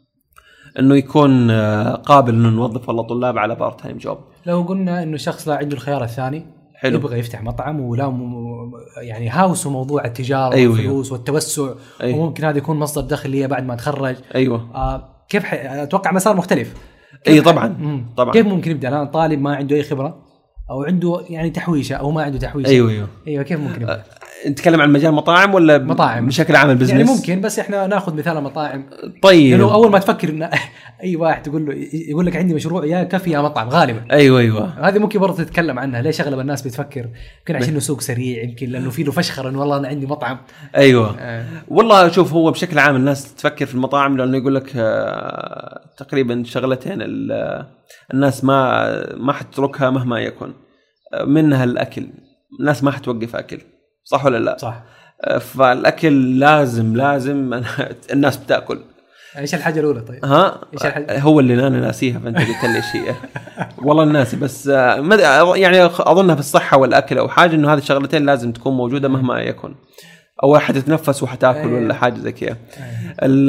انه يكون قابل انه نوظف والله طلاب على بارت تايم جوب. لو قلنا انه شخص لا عنده الخيار الثاني، حلو. يبغى يفتح مطعم ولا يعني هاوس موضوع التجاره أيوة والفلوس والتوسع، أيوة. وممكن هذا يكون مصدر دخل لي بعد ما اتخرج. ايوه. كيف اتوقع مسار مختلف. اي طبعا. طبعا كيف ممكن يبدا؟ الان طالب ما عنده اي خبره او عنده يعني تحويشه او ما عنده تحويشه. ايوه كيف ممكن يبدا؟ نتكلم عن مجال مطاعم ولا مطاعم بشكل عام البزنس؟ يعني ممكن، بس احنا ناخذ مثال المطاعم. طيب لانه اول ما تفكر ان اي واحد يقول لك عندي مشروع يا كافي يا مطعم غالبا. ايوه هذه ممكن برضه تتكلم عنها. ليش اغلب الناس بتفكر؟ يمكن عشان سوق سريع، يمكن لانه فيه له فشخر انه والله انا عندي مطعم. ايوه والله شوف، هو بشكل عام الناس تفكر في المطاعم لانه يقول لك تقريبا شغلتين الناس ما حتتركها مهما يكن، منها الاكل. الناس ما حتوقف اكل، صح ولا لا؟ صح. فالاكل لازم الناس بتاكل. ايش الحاجه الاولى طيب؟ ايش الحاجة؟ هو اللي انا ناسيها، فانت قلت لي ايش هي. والله الناس بس يعني اظنها في الصحه والاكل او حاجه، انه هذه الشغلتين لازم تكون موجوده مهما يكن، او واحد يتنفس وحتاكل ولا حاجه زي كذا.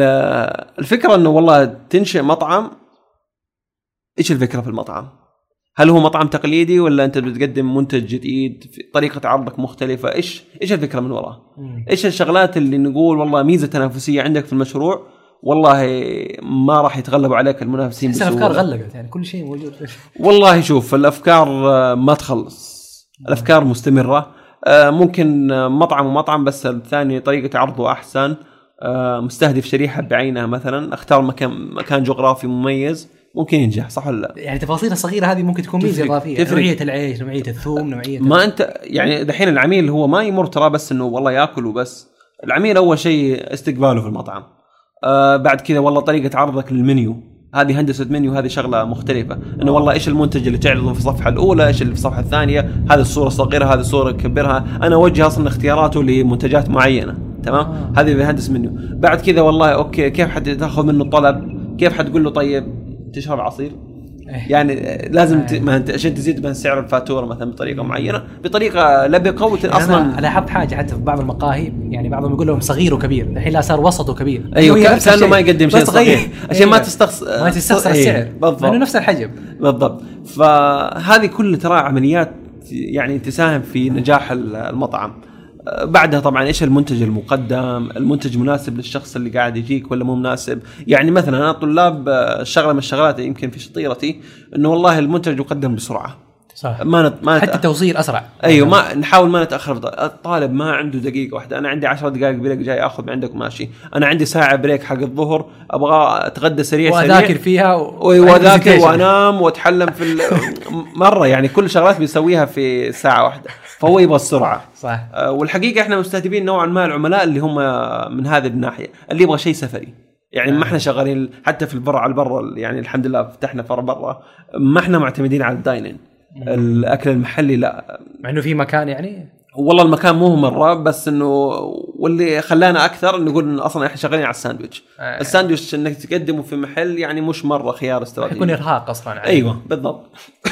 الفكره انه والله تنشئ مطعم. ايش الفكره في المطعم؟ هل هو مطعم تقليدي ولا انت بتقدم منتج جديد في طريقه عرضك مختلفه؟ ايش الفكره من وراه؟ ايش الشغلات اللي نقول والله ميزه تنافسيه عندك في المشروع والله ما راح يتغلبوا عليك المنافسين بسهوله. الافكار غلقت يعني كل شيء موجود. والله شوف الافكار ما تخلص، الافكار مستمره. ممكن مطعم ومطعم بس الثاني طريقه عرضه احسن، مستهدف شريحه بعينها مثلا، اختار مكان جغرافي مميز ممكن ينجح، صح ولا لا؟ يعني تفاصيل الصغيره هذه ممكن تكون ميزه اضافيه، نوعيه العيش، نوعيه الثوم، نوعيه ما انت يعني دحين العميل هو ما يمر ترى بس انه والله ياكل وبس. العميل اول شيء استقباله في المطعم، بعد كذا والله طريقه عرضك للمنيو، هذه هندسه منيو، هذه شغله مختلفه. انه والله ايش المنتج اللي تعرضه في الصفحه الاولى، ايش اللي في الصفحه الثانيه، هذه الصوره الصغيره، هذه الصوره كبرها. انا اوجه اصلا اختياراته لمنتجات معينه، تمام. هذه بهندس منيو. بعد كذا والله اوكي كيف حد تاخذ منه الطلب، كيف حتقول له طيب تشرب عصير، يعني لازم ما انت عشان تزيد من سعر الفاتوره مثلا بطريقه معينه، بطريقه لبقه يعني اصلا. انا لاحظت حاجه حتى في بعض المقاهي، يعني بعضهم يقول لهم صغير وكبير، الحين لا صار وسط وكبير. ايوه كانه ما يقدم شيء صغير عشان ما تستخسر السعر، لانه نفس الحجم بالضبط. فهذه كل ترى عمليات يعني تساهم في نجاح المطعم. بعدها طبعا ايش المنتج المقدم، المنتج مناسب للشخص اللي قاعد يجيك ولا مو مناسب. يعني مثلا انا طلاب شغله من الشغلات يمكن في شطيرتي انه والله المنتج يقدم بسرعه، صح. ما حتى توصيل اسرع. ايوه ما نحاول ما نتاخر. الطالب ما عنده دقيقه واحده، انا عندي 10 دقائق بريك جاي اخذ من عندك ماشي، انا عندي ساعه بريك حق الظهر ابغى اتغدى سريع واذاكر فيها واذاكر وانام واتحلم في مره، يعني كل شغلات بيسويها في ساعه واحده، فهو يبغى السرعه. صح. والحقيقه احنا مستهدفين نوعا ما العملاء اللي هم من هذه الناحيه، اللي يبغى شيء سفري. يعني ما احنا شغالين حتى في البر على البر، يعني الحمد لله فتحنا فرع برا، ما احنا معتمدين على الداينين الاكل المحلي، لا مع انه في مكان يعني والله المكان مو مره، بس انه واللي خلانا اكثر نقول إن اصلا احنا شغالين على الساندويتش. الساندويتش انك تقدمه في محل يعني مش مره خيار استراتيجي، يكون ارهاق اصلا عليه. ايوه بالضبط.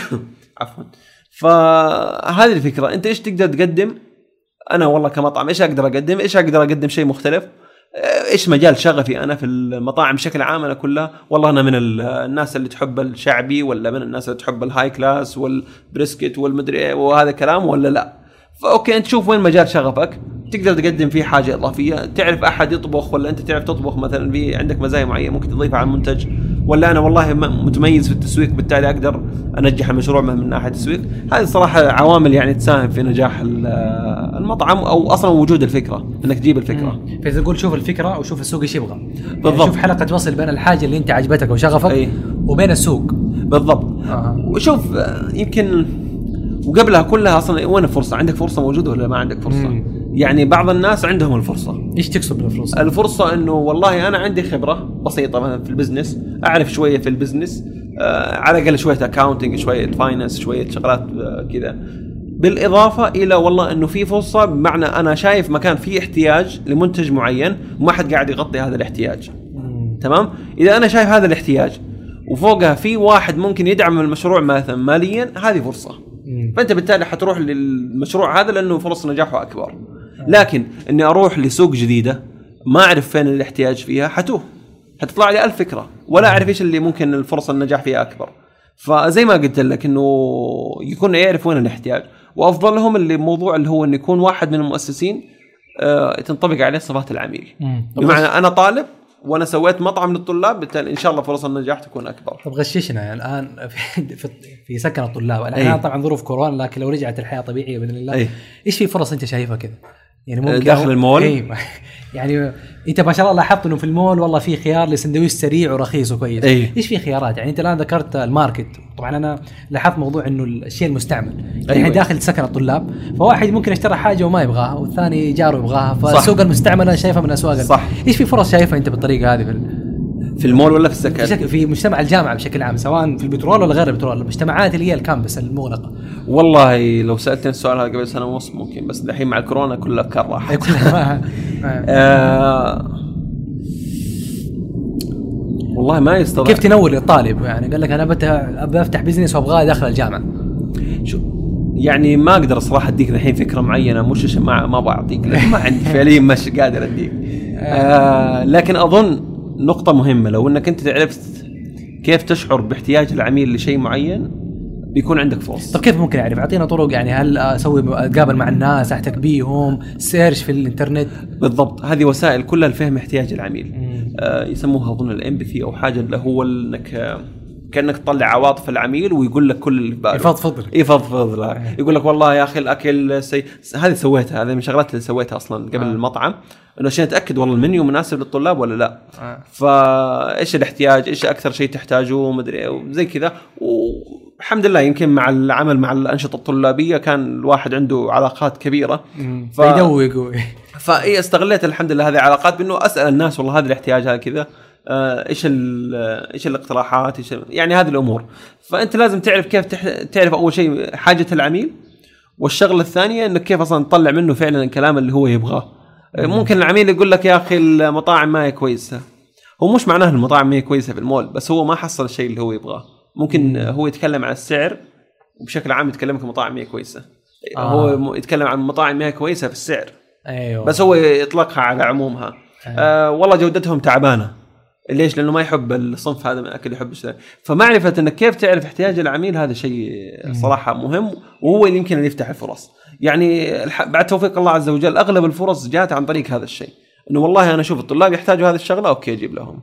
عفوا. فهذه الفكره، انت ايش تقدر تقدم؟ انا والله كمطعم ايش اقدر اقدم؟ ايش اقدر اقدم شيء مختلف؟ ايش مجال شغفي انا في المطاعم بشكل عام؟ انا كلها والله انا من الناس اللي تحب الشعبي، ولا من الناس اللي تحب الهاي كلاس والبريسكت والمدري وهذا كلام، ولا لا. فاوكي انت شوف وين مجال شغفك، تقدر تقدم فيه حاجه اضافيه. تعرف احد يطبخ ولا انت تعرف تطبخ مثلا، في عندك مزايا معينه ممكن تضيفها على المنتج، ولا انا والله متميز في التسويق بالتالي اقدر انجح المشروع من ناحيه التسويق. هذه الصراحه عوامل يعني تساهم في نجاح المطعم، او اصلا وجود الفكره، انك تجيب الفكره. فاذا تقول شوف الفكره وشوف السوق ايش يبغى بالضبط، يعني شوف حلقه وصل بين الحاجه اللي انت عجبتك وشغفك وبين السوق بالضبط. وشوف يمكن وقبلها كلها اصلا وين الفرصه؟ عندك فرصه موجوده ولا ما عندك فرصه؟ يعني بعض الناس عندهم الفرصه. ايش تقصد بالفرصه؟ الفرصه انه والله انا عندي خبره بسيطه مثلا في البزنس، اعرف شويه في البزنس، على الاقل شويه اكاونتنج، شويه فاينانس، شويه شغلات كذا، بالاضافه الى والله انه في فرصه، بمعنى انا شايف مكان فيه احتياج لمنتج معين وما حد قاعد يغطي هذا الاحتياج. تمام. اذا انا شايف هذا الاحتياج وفوقها في واحد ممكن يدعم المشروع مثلا ماليا، هذه فرصه. فانت بالتالي حتروح للمشروع هذا لانه فرص نجاحه اكبر. لكن اني اروح لسوق جديده ما اعرف فين الاحتياج فيها، حتطلع لي 1000 فكره ولا اعرف ايش اللي ممكن الفرصه النجاح فيها اكبر. فزي ما قلت لك انه يكون يعرف وين الاحتياج، وافضل لهم اللي موضوع اللي هو ان يكون واحد من المؤسسين تنطبق عليه صفات العميل. بمعنى انا طالب وانا سويت مطعم للطلاب، بالتالي ان شاء الله فرص النجاح تكون اكبر. طب غششنا يعني الان في سكن الطلاب الان طبعا ظروف كورونا، لكن لو رجعت الحياه طبيعيه باذن الله، ايش في فرص انت شايفها كذا؟ يعني ممكن داخل المول. يعني انت ما شاء الله لاحظت انه في المول والله في خيار لسندويش سريع ورخيص وكويس. ايش في خيارات؟ يعني انت الان ذكرت الماركت، طبعا انا لاحظت موضوع انه الشيء المستعمل يعني داخل سكن الطلاب، فواحد ممكن يشتري حاجه وما يبغاها والثاني جاره يبغاها، فالسوق المستعمل انا شايفها من اسواق. صح. ايش في فرص شايفها انت بالطريقه هذه في المول ولا في السكن؟ في مجتمع الجامعه بشكل عام، سواء في البترول ولا غير البترول، المجتمعات اللي هي الكامبس المغلقه. والله لو سالتني السؤال هذا قبل سنه ونص ممكن، بس الحين مع الكورونا كل الافكار راحت. والله ما يستطيع. كيف تنول للطالب؟ يعني قال لك انا ابى افتح بزنس وابغاه داخل الجامعه. شو يعني ما اقدر الصراحه اديك الحين فكره معينه، مش عشان ما بعطيك، لأن ما عندي فعليا مش قادر اديك. لكن اظن نقطه مهمه، لو انك انت عرفت كيف تشعر باحتياج العميل لشيء معين، بيكون عندك فرص. طب كيف ممكن اعرف؟ اعطينا طرق يعني. هل اسوي اتقابل مع الناس، احتك بيهم، سيرش في الانترنت؟ بالضبط، هذه وسائل كلها لفهم احتياج العميل. يسموها اظن الامباثي او حاجه، اللي هو انك كانك تطلع عواطف العميل ويقول لك كل اللي في باله. يفضفض له. يقول لك والله يا اخي الاكل هذه سويتها، هذه من الشغلات اللي سويتها اصلا قبل المطعم، انه عشان اتاكد والله المنيو مناسب للطلاب ولا لا. فايش الاحتياج، ايش اكثر شيء تحتاجوه، مدري زي كذا. والحمد لله يمكن مع العمل مع الانشطه الطلابيه كان الواحد عنده علاقات كبيره، فيدوق. فاي استغليت الحمد لله هذه العلاقات بانه اسال الناس والله هذا الاحتياج هذا كذا، ايش الاقتراحات، يعني هذه الامور. فانت لازم تعرف كيف تعرف اول شيء حاجه العميل، والشغله الثانيه انك كيف اصلا تطلع منه فعلا الكلام اللي هو يبغاه. ممكن العميل يقول لك يا اخي المطاعم ما هي كويسه، هو مش معناه المطاعم ما هي كويسه في المول، بس هو ما حصل الشيء اللي هو يبغاه. ممكن هو يتكلم عن السعر وبشكل عام يتكلمك المطاعم ما هي كويسه. هو يتكلم عن المطاعم ما هي كويسه في السعر، أيوة. بس هو يطلقها على عمومها. والله جودتهم تعبانه، ليش؟ لأنه ما يحب الصنف هذا من الأكل، يحب الشيء. فمعرفة أنك كيف تعرف احتياج العميل هذا شيء صراحة مهم، وهو اللي يمكن أن يفتح الفرص. يعني بعد توفيق الله عز وجل أغلب الفرص جاءت عن طريق هذا الشيء، أنه والله أنا أشوف الطلاب يحتاجوا هذه الشغلة، أوكي أجيب لهم.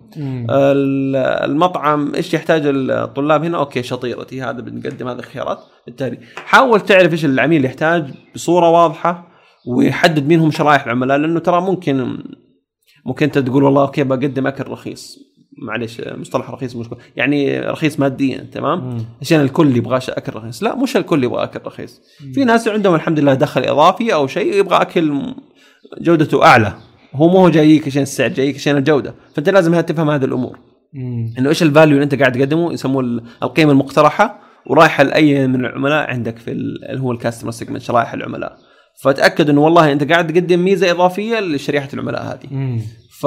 المطعم إيش يحتاج الطلاب هنا، أوكي شطيرتي هذا بنقدم هذه الخيارات. بالتالي حاول تعرف إيش العميل يحتاج بصورة واضحة، ويحدد مين هم شرائح العملاء. لأنه ترى ممكن انت تقول والله اوكي بقدم اكل رخيص، معليش مصطلح رخيص مش يعني رخيص ماديا، تمام، عشان الكل يبغى اكل رخيص. لا، مش الكل يبغى اكل رخيص. في ناس عندهم الحمد لله دخل اضافي او شيء، يبغى اكل جودته اعلى. هو مو جايك عشان السعر، جايك عشان الجوده. فانت لازم تفهم هذه الامور، انه ايش الفاليو اللي انت قاعد تقدمه، يسموه القيمه المقترحه، ورايحه لاي من العملاء عندك في اللي هو الكاستمر سيجمنت، شرائح العملاء. فتأكد انه والله انت قاعد تقدم ميزه اضافيه لشريحه العملاء هذه.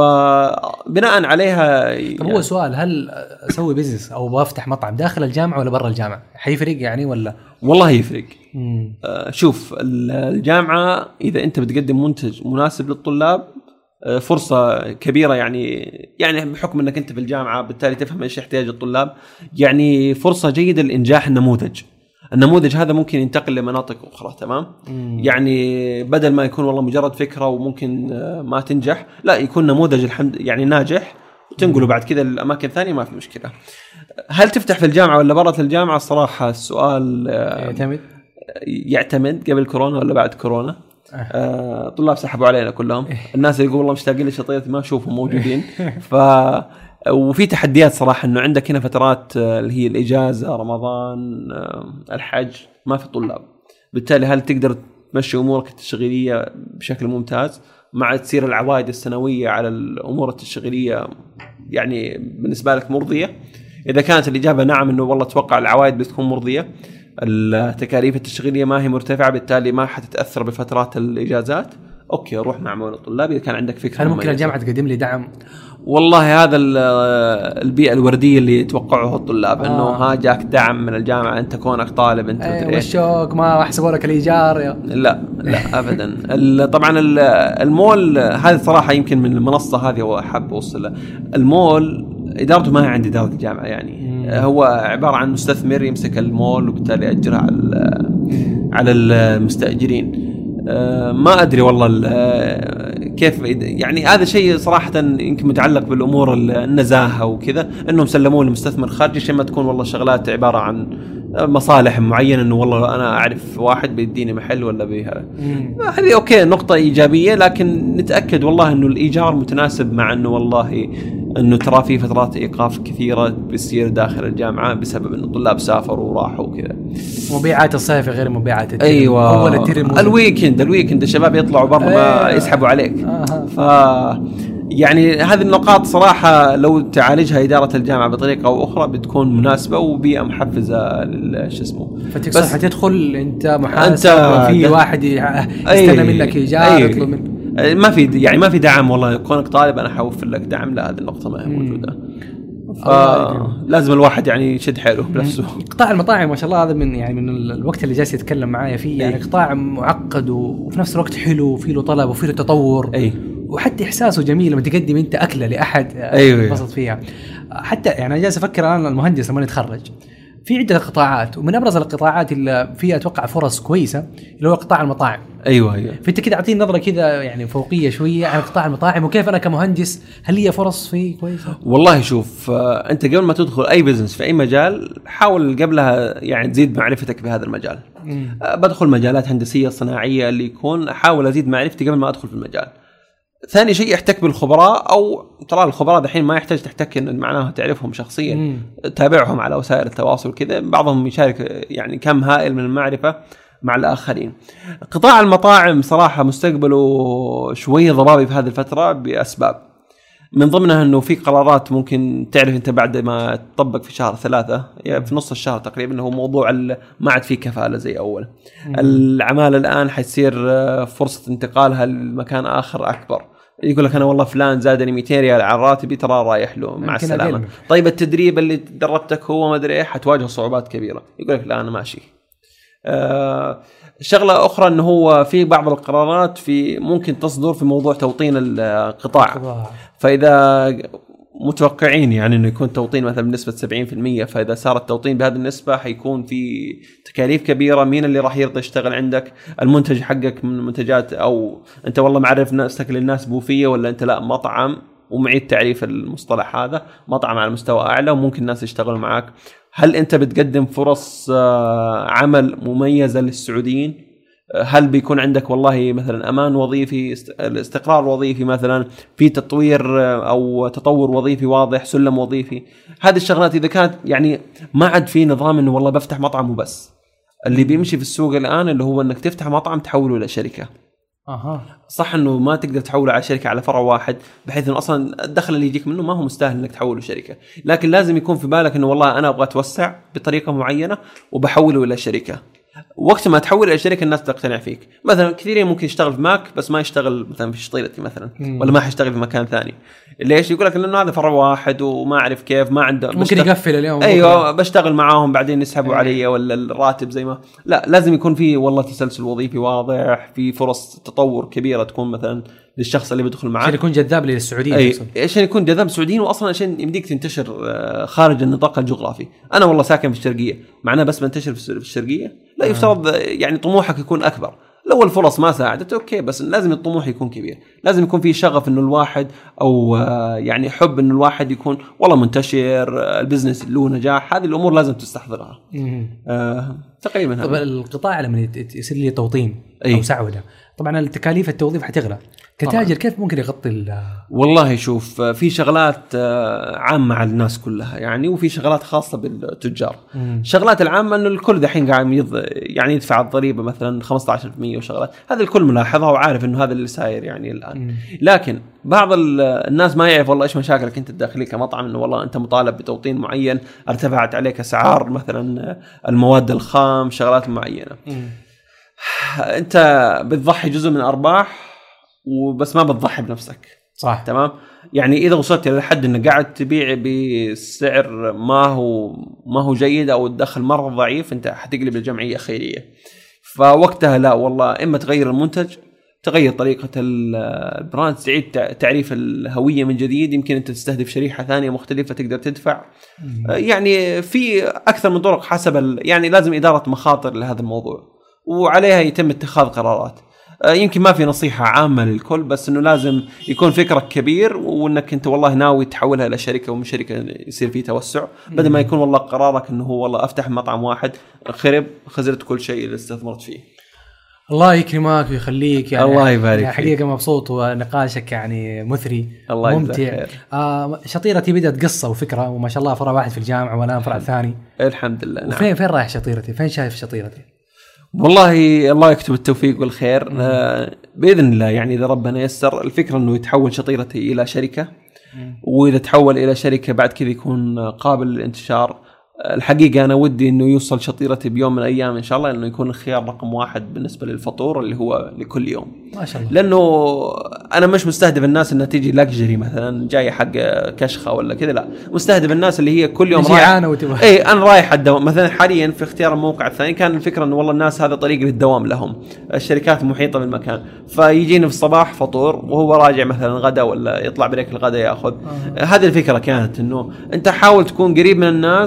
فبناء عليها طب هو سؤال، هل اسوي بيزنس او بفتح مطعم داخل الجامعه ولا برا الجامعه؟ حيفرق يعني ولا؟ والله يفرق. شوف، الجامعه اذا انت بتقدم منتج مناسب للطلاب فرصه كبيره، يعني بحكم انك انت في الجامعه بالتالي تفهم ايش احتياج الطلاب، يعني فرصه جيده لانجاح النموذج هذا ممكن ينتقل لمناطق أخرى. تمام. يعني بدل ما يكون والله مجرد فكرة وممكن ما تنجح، لا، يكون نموذج يعني ناجح وتنقله بعد كذا للأماكن ثانية، ما في مشكلة. هل تفتح في الجامعة ولا برا الجامعة؟ الصراحة السؤال يعتمد قبل كورونا ولا بعد كورونا. طلاب سحبوا علينا كلهم. الناس اللي يقول والله مشتاقين لشطيرتي ما أشوفهم موجودين. وفي تحديات صراحة، إنه عندك هنا فترات اللي هي الإجازة، رمضان، الحج، ما في طلاب. بالتالي هل تقدر تمشي أمورك التشغيلية بشكل ممتاز مع تسير العوائد السنوية على الأمور التشغيلية يعني بالنسبة لك مرضية؟ إذا كانت الإجابة نعم، إنه والله توقع العوائد بتكون مرضية، التكاليف التشغيلية ما هي مرتفعة، بالتالي ما حتتأثر بفترات الإجازات، أوكي روح مع معون الطلاب. إذا كان عندك فكرة، هل ممكن الجامعة تقدم لي دعم؟ والله هذا البيئة الوردية اللي يتوقعه الطلاب، إنه ها جاك دعم من الجامعة، أنت كونك طالب أنت والشوك ما أحسبوا لك الإيجار. لا أبدا. طبعا المول هذه صراحة يمكن من المنصة هذه وأحب أوصل. المول إدارته ما هي عند إدارة الجامعة، يعني هو عبارة عن مستثمر يمسك المول وبالتالي يأجرها على المستأجرين. ما أدري والله كيف، يعني هذا شيء صراحة يمكن متعلق بالأمور النزاهة وكذا، أنهم سلموه لمستثمر خارجي، عشان ما تكون والله شغلات عبارة عن مصالح معينة، أنه والله أنا أعرف واحد بيديني محل ولا بيها. هذه أوكي نقطة إيجابية، لكن نتأكد والله أنه الإيجار متناسب مع أنه والله أنه ترى في فترات إيقاف كثيرة بتصير داخل الجامعة بسبب أن الطلاب سافروا وراحوا وكذا. مبيعات الصيف غير مبيعات الترم. أيوة. أول الويكند الشباب يطلعوا برا ما يسحبوا عليك. يعني هذه النقاط صراحة لو تعالجها إدارة الجامعة بطريقة أو أخرى بتكون مناسبة وبيئة محفزة فتك صح تدخل أنت محاسب في واحد يستنى منك إيجار يطلب منك. ما في دعم والله كونك طالب أنا حوفر لك دعم، لا هذه النقطة ما هي موجودة. لازم الواحد يعني يشد حيله بنفسه. قطاع المطاعم ما شاء الله هذا من الوقت اللي جالس يتكلم معايا فيه، يعني قطاع معقد وفي نفس الوقت حلو وفيه له طلب وفيه له تطور. وحتى إحساسه جميل لما تقدم أنت أكلة لأحد ينبسط فيها. حتى يعني أنا جالس أفكر الآن المهندس لما يتخرج في عدة قطاعات، ومن أبرز القطاعات اللي فيها أتوقع فرص كويسة اللي هو قطاع المطاعم. أيوة. فأنت كده أعطيني نظرة كذا يعني فوقية شوية عن قطاع المطاعم، وكيف أنا كمهندس هل هي فرص فيه كويسة؟ والله شوف، أنت قبل ما تدخل أي بزنس في أي مجال حاول قبلها يعني تزيد معرفتك بهذا المجال. بدخل مجالات هندسية صناعية اللي يكون أحاول أزيد معرفتي قبل ما أدخل في المجال. ثاني شيء احتك بالخبراء، أو ترى الخبراء دحين ما يحتاج تحتك إن معناها تعرفهم شخصيا، تابعهم على وسائل التواصل كذا، بعضهم يشارك يعني كم هائل من المعرفة مع الآخرين. قطاع المطاعم صراحة مستقبله شوية ضبابي في هذه الفترة بأسباب، من ضمنها أنه في قرارات ممكن تعرف أنت بعد ما تطبق في شهر 3 يعني في نص الشهر تقريبا، هو موضوع ما عاد فيه كفالة زي أول. العمالة الآن حيصير فرصة انتقالها لمكان آخر أكبر. يقول لك أنا والله فلان زادني 200 ريال على راتبي، ترى رايح له مع السلامة. طيب التدريب اللي دربتك هو ما أدري إيه، حتواجه صعوبات كبيرة. يقول لك لا أنا ماشي. شغلة أخرى أنه هو في بعض القرارات في ممكن تصدر في موضوع توطين القطاع. فإذا متوقعين يعني أنه يكون توطين مثلا بنسبة 70%، فإذا صار التوطين بهذه النسبة حيكون في تكاليف كبيرة. مين اللي راح يرضى يشتغل عندك؟ المنتج حقك من المنتجات، أو أنت والله معرف نفسك للناس بوفية، ولا أنت لا مطعم ومعيد تعريف المصطلح هذا مطعم على مستوى أعلى وممكن الناس يشتغلوا معك. هل أنت بتقدم فرص عمل مميزة للسعوديين؟ هل بيكون عندك والله مثلا أمان وظيفي، الاستقرار الوظيفي مثلا، في تطوير أو تطور وظيفي واضح، سلم وظيفي؟ هذه الشغلات إذا كانت يعني ما عاد في نظام إنه والله بفتح مطعم وبس. اللي بيمشي في السوق الآن اللي هو إنك تفتح مطعم تحوله إلى شركة. صح إنه ما تقدر تحوله على شركة على فرع واحد، بحيث إنه أصلا الدخل اللي يجيك منه ما هو مستاهل إنك تحوله شركة، لكن لازم يكون في بالك إنه والله أنا أبغى أتوسع بطريقة معينة وبحوله إلى شركة. وقت ما تحول إلى شركة الناس تقتنع فيك. مثلا كثيرين ممكن يشتغل في ماك بس ما يشتغل مثلا في شطيرتي مثلا، ولا ما حيشتغل في مكان ثاني. ليش؟ يقول لك لأنه هذا فرع واحد وما أعرف كيف، ما عنده ممكن يقفل اليوم. أيوة بشتغل معاهم بعدين يسحبوا علي ولا الراتب زي ما لا. لازم يكون في والله تسلسل وظيفي واضح، في فرص تطور كبيرة تكون مثلا للشخص اللي بيدخل معاه، عشان يكون جذاب للسعوديين. عشان يكون جذاب للسعوديين، واصلا عشان يمديك تنتشر خارج النطاق الجغرافي. انا والله ساكن في الشرقيه، معناه بس بنتشر في الشرقيه؟ لا، يفترض يعني طموحك يكون اكبر. لو الفرص ما ساعدت اوكي، بس لازم الطموح يكون كبير، لازم يكون في شغف انه الواحد او يعني حب انه الواحد يكون والله منتشر، البزنس له نجاح. هذه الامور لازم تستحضرها. تقريبا. طب القطاع لما يصير لي توطين او سعوده، طبعا التكاليف التوظيف حتغلى. كتاجر كيف ممكن يغطي والله شوف، في شغلات عامة على الناس كلها يعني، وفي شغلات خاصة بالتجار. شغلات العامة أنه الكل دحين قاعد يعني يدفع الضريبة مثلا 15%، وشغلات هذا الكل ملاحظها وعارف أنه هذا اللي ساير يعني الآن. لكن بعض الناس ما يعرف والله إيش مشاكلك أنت الداخلية كمطعم، أنه والله أنت مطالب بتوطين معين، ارتفعت عليك أسعار مثلا المواد الخام، شغلات معينة. أنت بتضحي جزء من أرباح وبس ما بتضحي بنفسك. صح، تمام. يعني إذا وصلت إلى حد إنك قاعد تبيع بسعر ما هو جيد أو الدخل مرة ضعيف، أنت حتقلب الجمعية خيرية. فوقتها لا والله، إما تغير المنتج، تغير طريقة البراند، تعيد تعريف الهوية من جديد. يمكن أنت تستهدف شريحة ثانية مختلفة تقدر تدفع. يعني في أكثر من طرق حسب يعني لازم إدارة مخاطر لهذا الموضوع، وعليها يتم اتخاذ قرارات. يمكن ما في نصيحة عامة للكل، بس إنه لازم يكون فكرك كبير، وإنك أنت والله ناوي تحولها إلى شركة، ومن شركة يصير فيه توسع، بدل ما يكون والله قرارك إنه هو والله أفتح مطعم واحد خسرت كل شيء اللي استثمرت فيه. الله يكرمك ويخليك يعني. الله يبارك فيك. حقيقة مبسوط، ونقاشك يعني مثري الله ممتع. شطيرتي بدأت قصة وفكرة، وما شاء الله فرع واحد في الجامعة والآن فرع ثاني. الحمد لله. نعم. فين رايح شطيرتي؟ فين شايف شطيرتي؟ والله الله يكتب التوفيق والخير بإذن الله. يعني إذا ربنا يسر، الفكرة أنه يتحول شطيرتي إلى شركة، وإذا تحول إلى شركة بعد كذا يكون قابل للانتشار. الحقيقة أنا ودي أنه يوصل شطيرتي بيوم من الأيام إن شاء الله، أنه يكون الخيار رقم 1 بالنسبة للفطور اللي هو لكل يوم ما شاء الله. لأنه أنا مش مستهدف الناس أنها تيجي لاكجري مثلا جاي حق كشخة ولا كذا، لا، مستهدف الناس اللي هي كل يوم رايح. أنا رايح الدوام مثلا. حاليا في اختيار الموقع الثاني كان الفكرة أنه والله الناس هذا طريق للدوام لهم، الشركات محيطة بالمكان، فيجينا في الصباح فطور وهو راجع مثلا غدا، ولا يطلع بريك الغدا يأخذ. هذه الفكرة كانت أنه أنت حاول تكون قريب من الناس،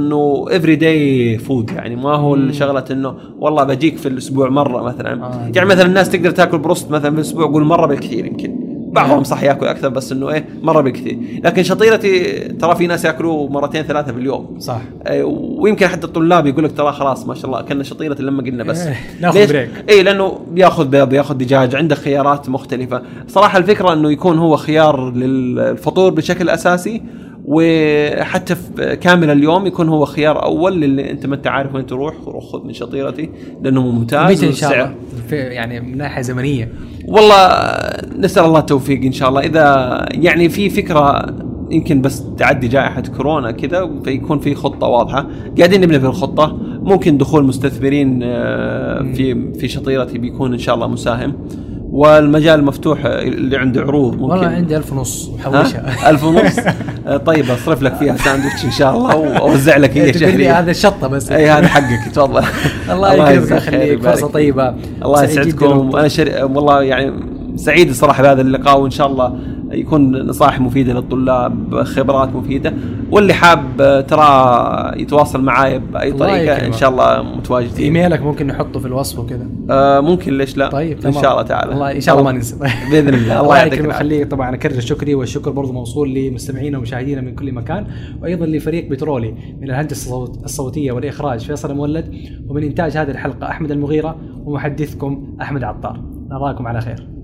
انه افري داي فود، يعني ما هو شغله انه والله بجيك في الاسبوع مره مثلا. يعني مثلا الناس تقدر تاكل بروست مثلا في الاسبوع، قول مره بالكثير، يمكن بعضهم صح ياكل اكثر، بس انه ايه مره بالكثير. لكن شطيرتي ترى في ناس ياكلوا مرتين ثلاثه في اليوم صح. ويمكن حتى الطلاب يقول لك ترى خلاص ما شاء الله كنا شطيرتي لما قلنا بس ناخذ بريك. اي لانه بياخذ بيض، بياخذ دجاج، عنده خيارات مختلفه. صراحه الفكره انه يكون هو خيار للفطور بشكل اساسي، وحتى في كامل اليوم يكون هو خيار اول للي انت ما انت عارف وين تروح، خذ من شطيرتي لانه ممتاز ان شاء الله يعني من ناحيه زمنيه. والله نسال الله التوفيق ان شاء الله. اذا يعني في فكره يمكن بس تعدي جائحه كورونا كذا فيكون في خطه واضحه قاعدين نبني في الخطه. ممكن دخول مستثمرين في شطيرتي بيكون ان شاء الله مساهم، والمجال مفتوح اللي عنده عروض ممكن. والله عندي 1000 ونص محوشها. 1000 ونص طيب اصرف لك فيها ساندويتش ان شاء الله واوزع لك اياه شهريا. هذا الشطه بس. اي هذا حقك تفضل. الله يكرمك ويخليك، فرصه طيبه. الله يسعدكم. انا والله يعني سعيد الصراحه بهذا اللقاء، وان شاء الله يكون نصائح مفيده للطلاب، خبرات مفيده، واللي حاب ترى يتواصل معاي باي طريقه ان شاء الله متواجدين. ايميلك ممكن نحطه في الوصف وكذا. ممكن ليش لا. طيب ان شاء الله تعالى. الله ان شاء الله ما ننسى باذن الله. الله يكرمك ويخليك. طبعا اكرر شكري، والشكر برضو موصول لمستمعينا ومشاهدينا من كل مكان، وايضا لفريق بترولي من الهندسه الصوتيه والاخراج فيصل مولد، ومن انتاج هذه الحلقه احمد المغيره، ومحدثكم احمد عطار. نراكم على خير.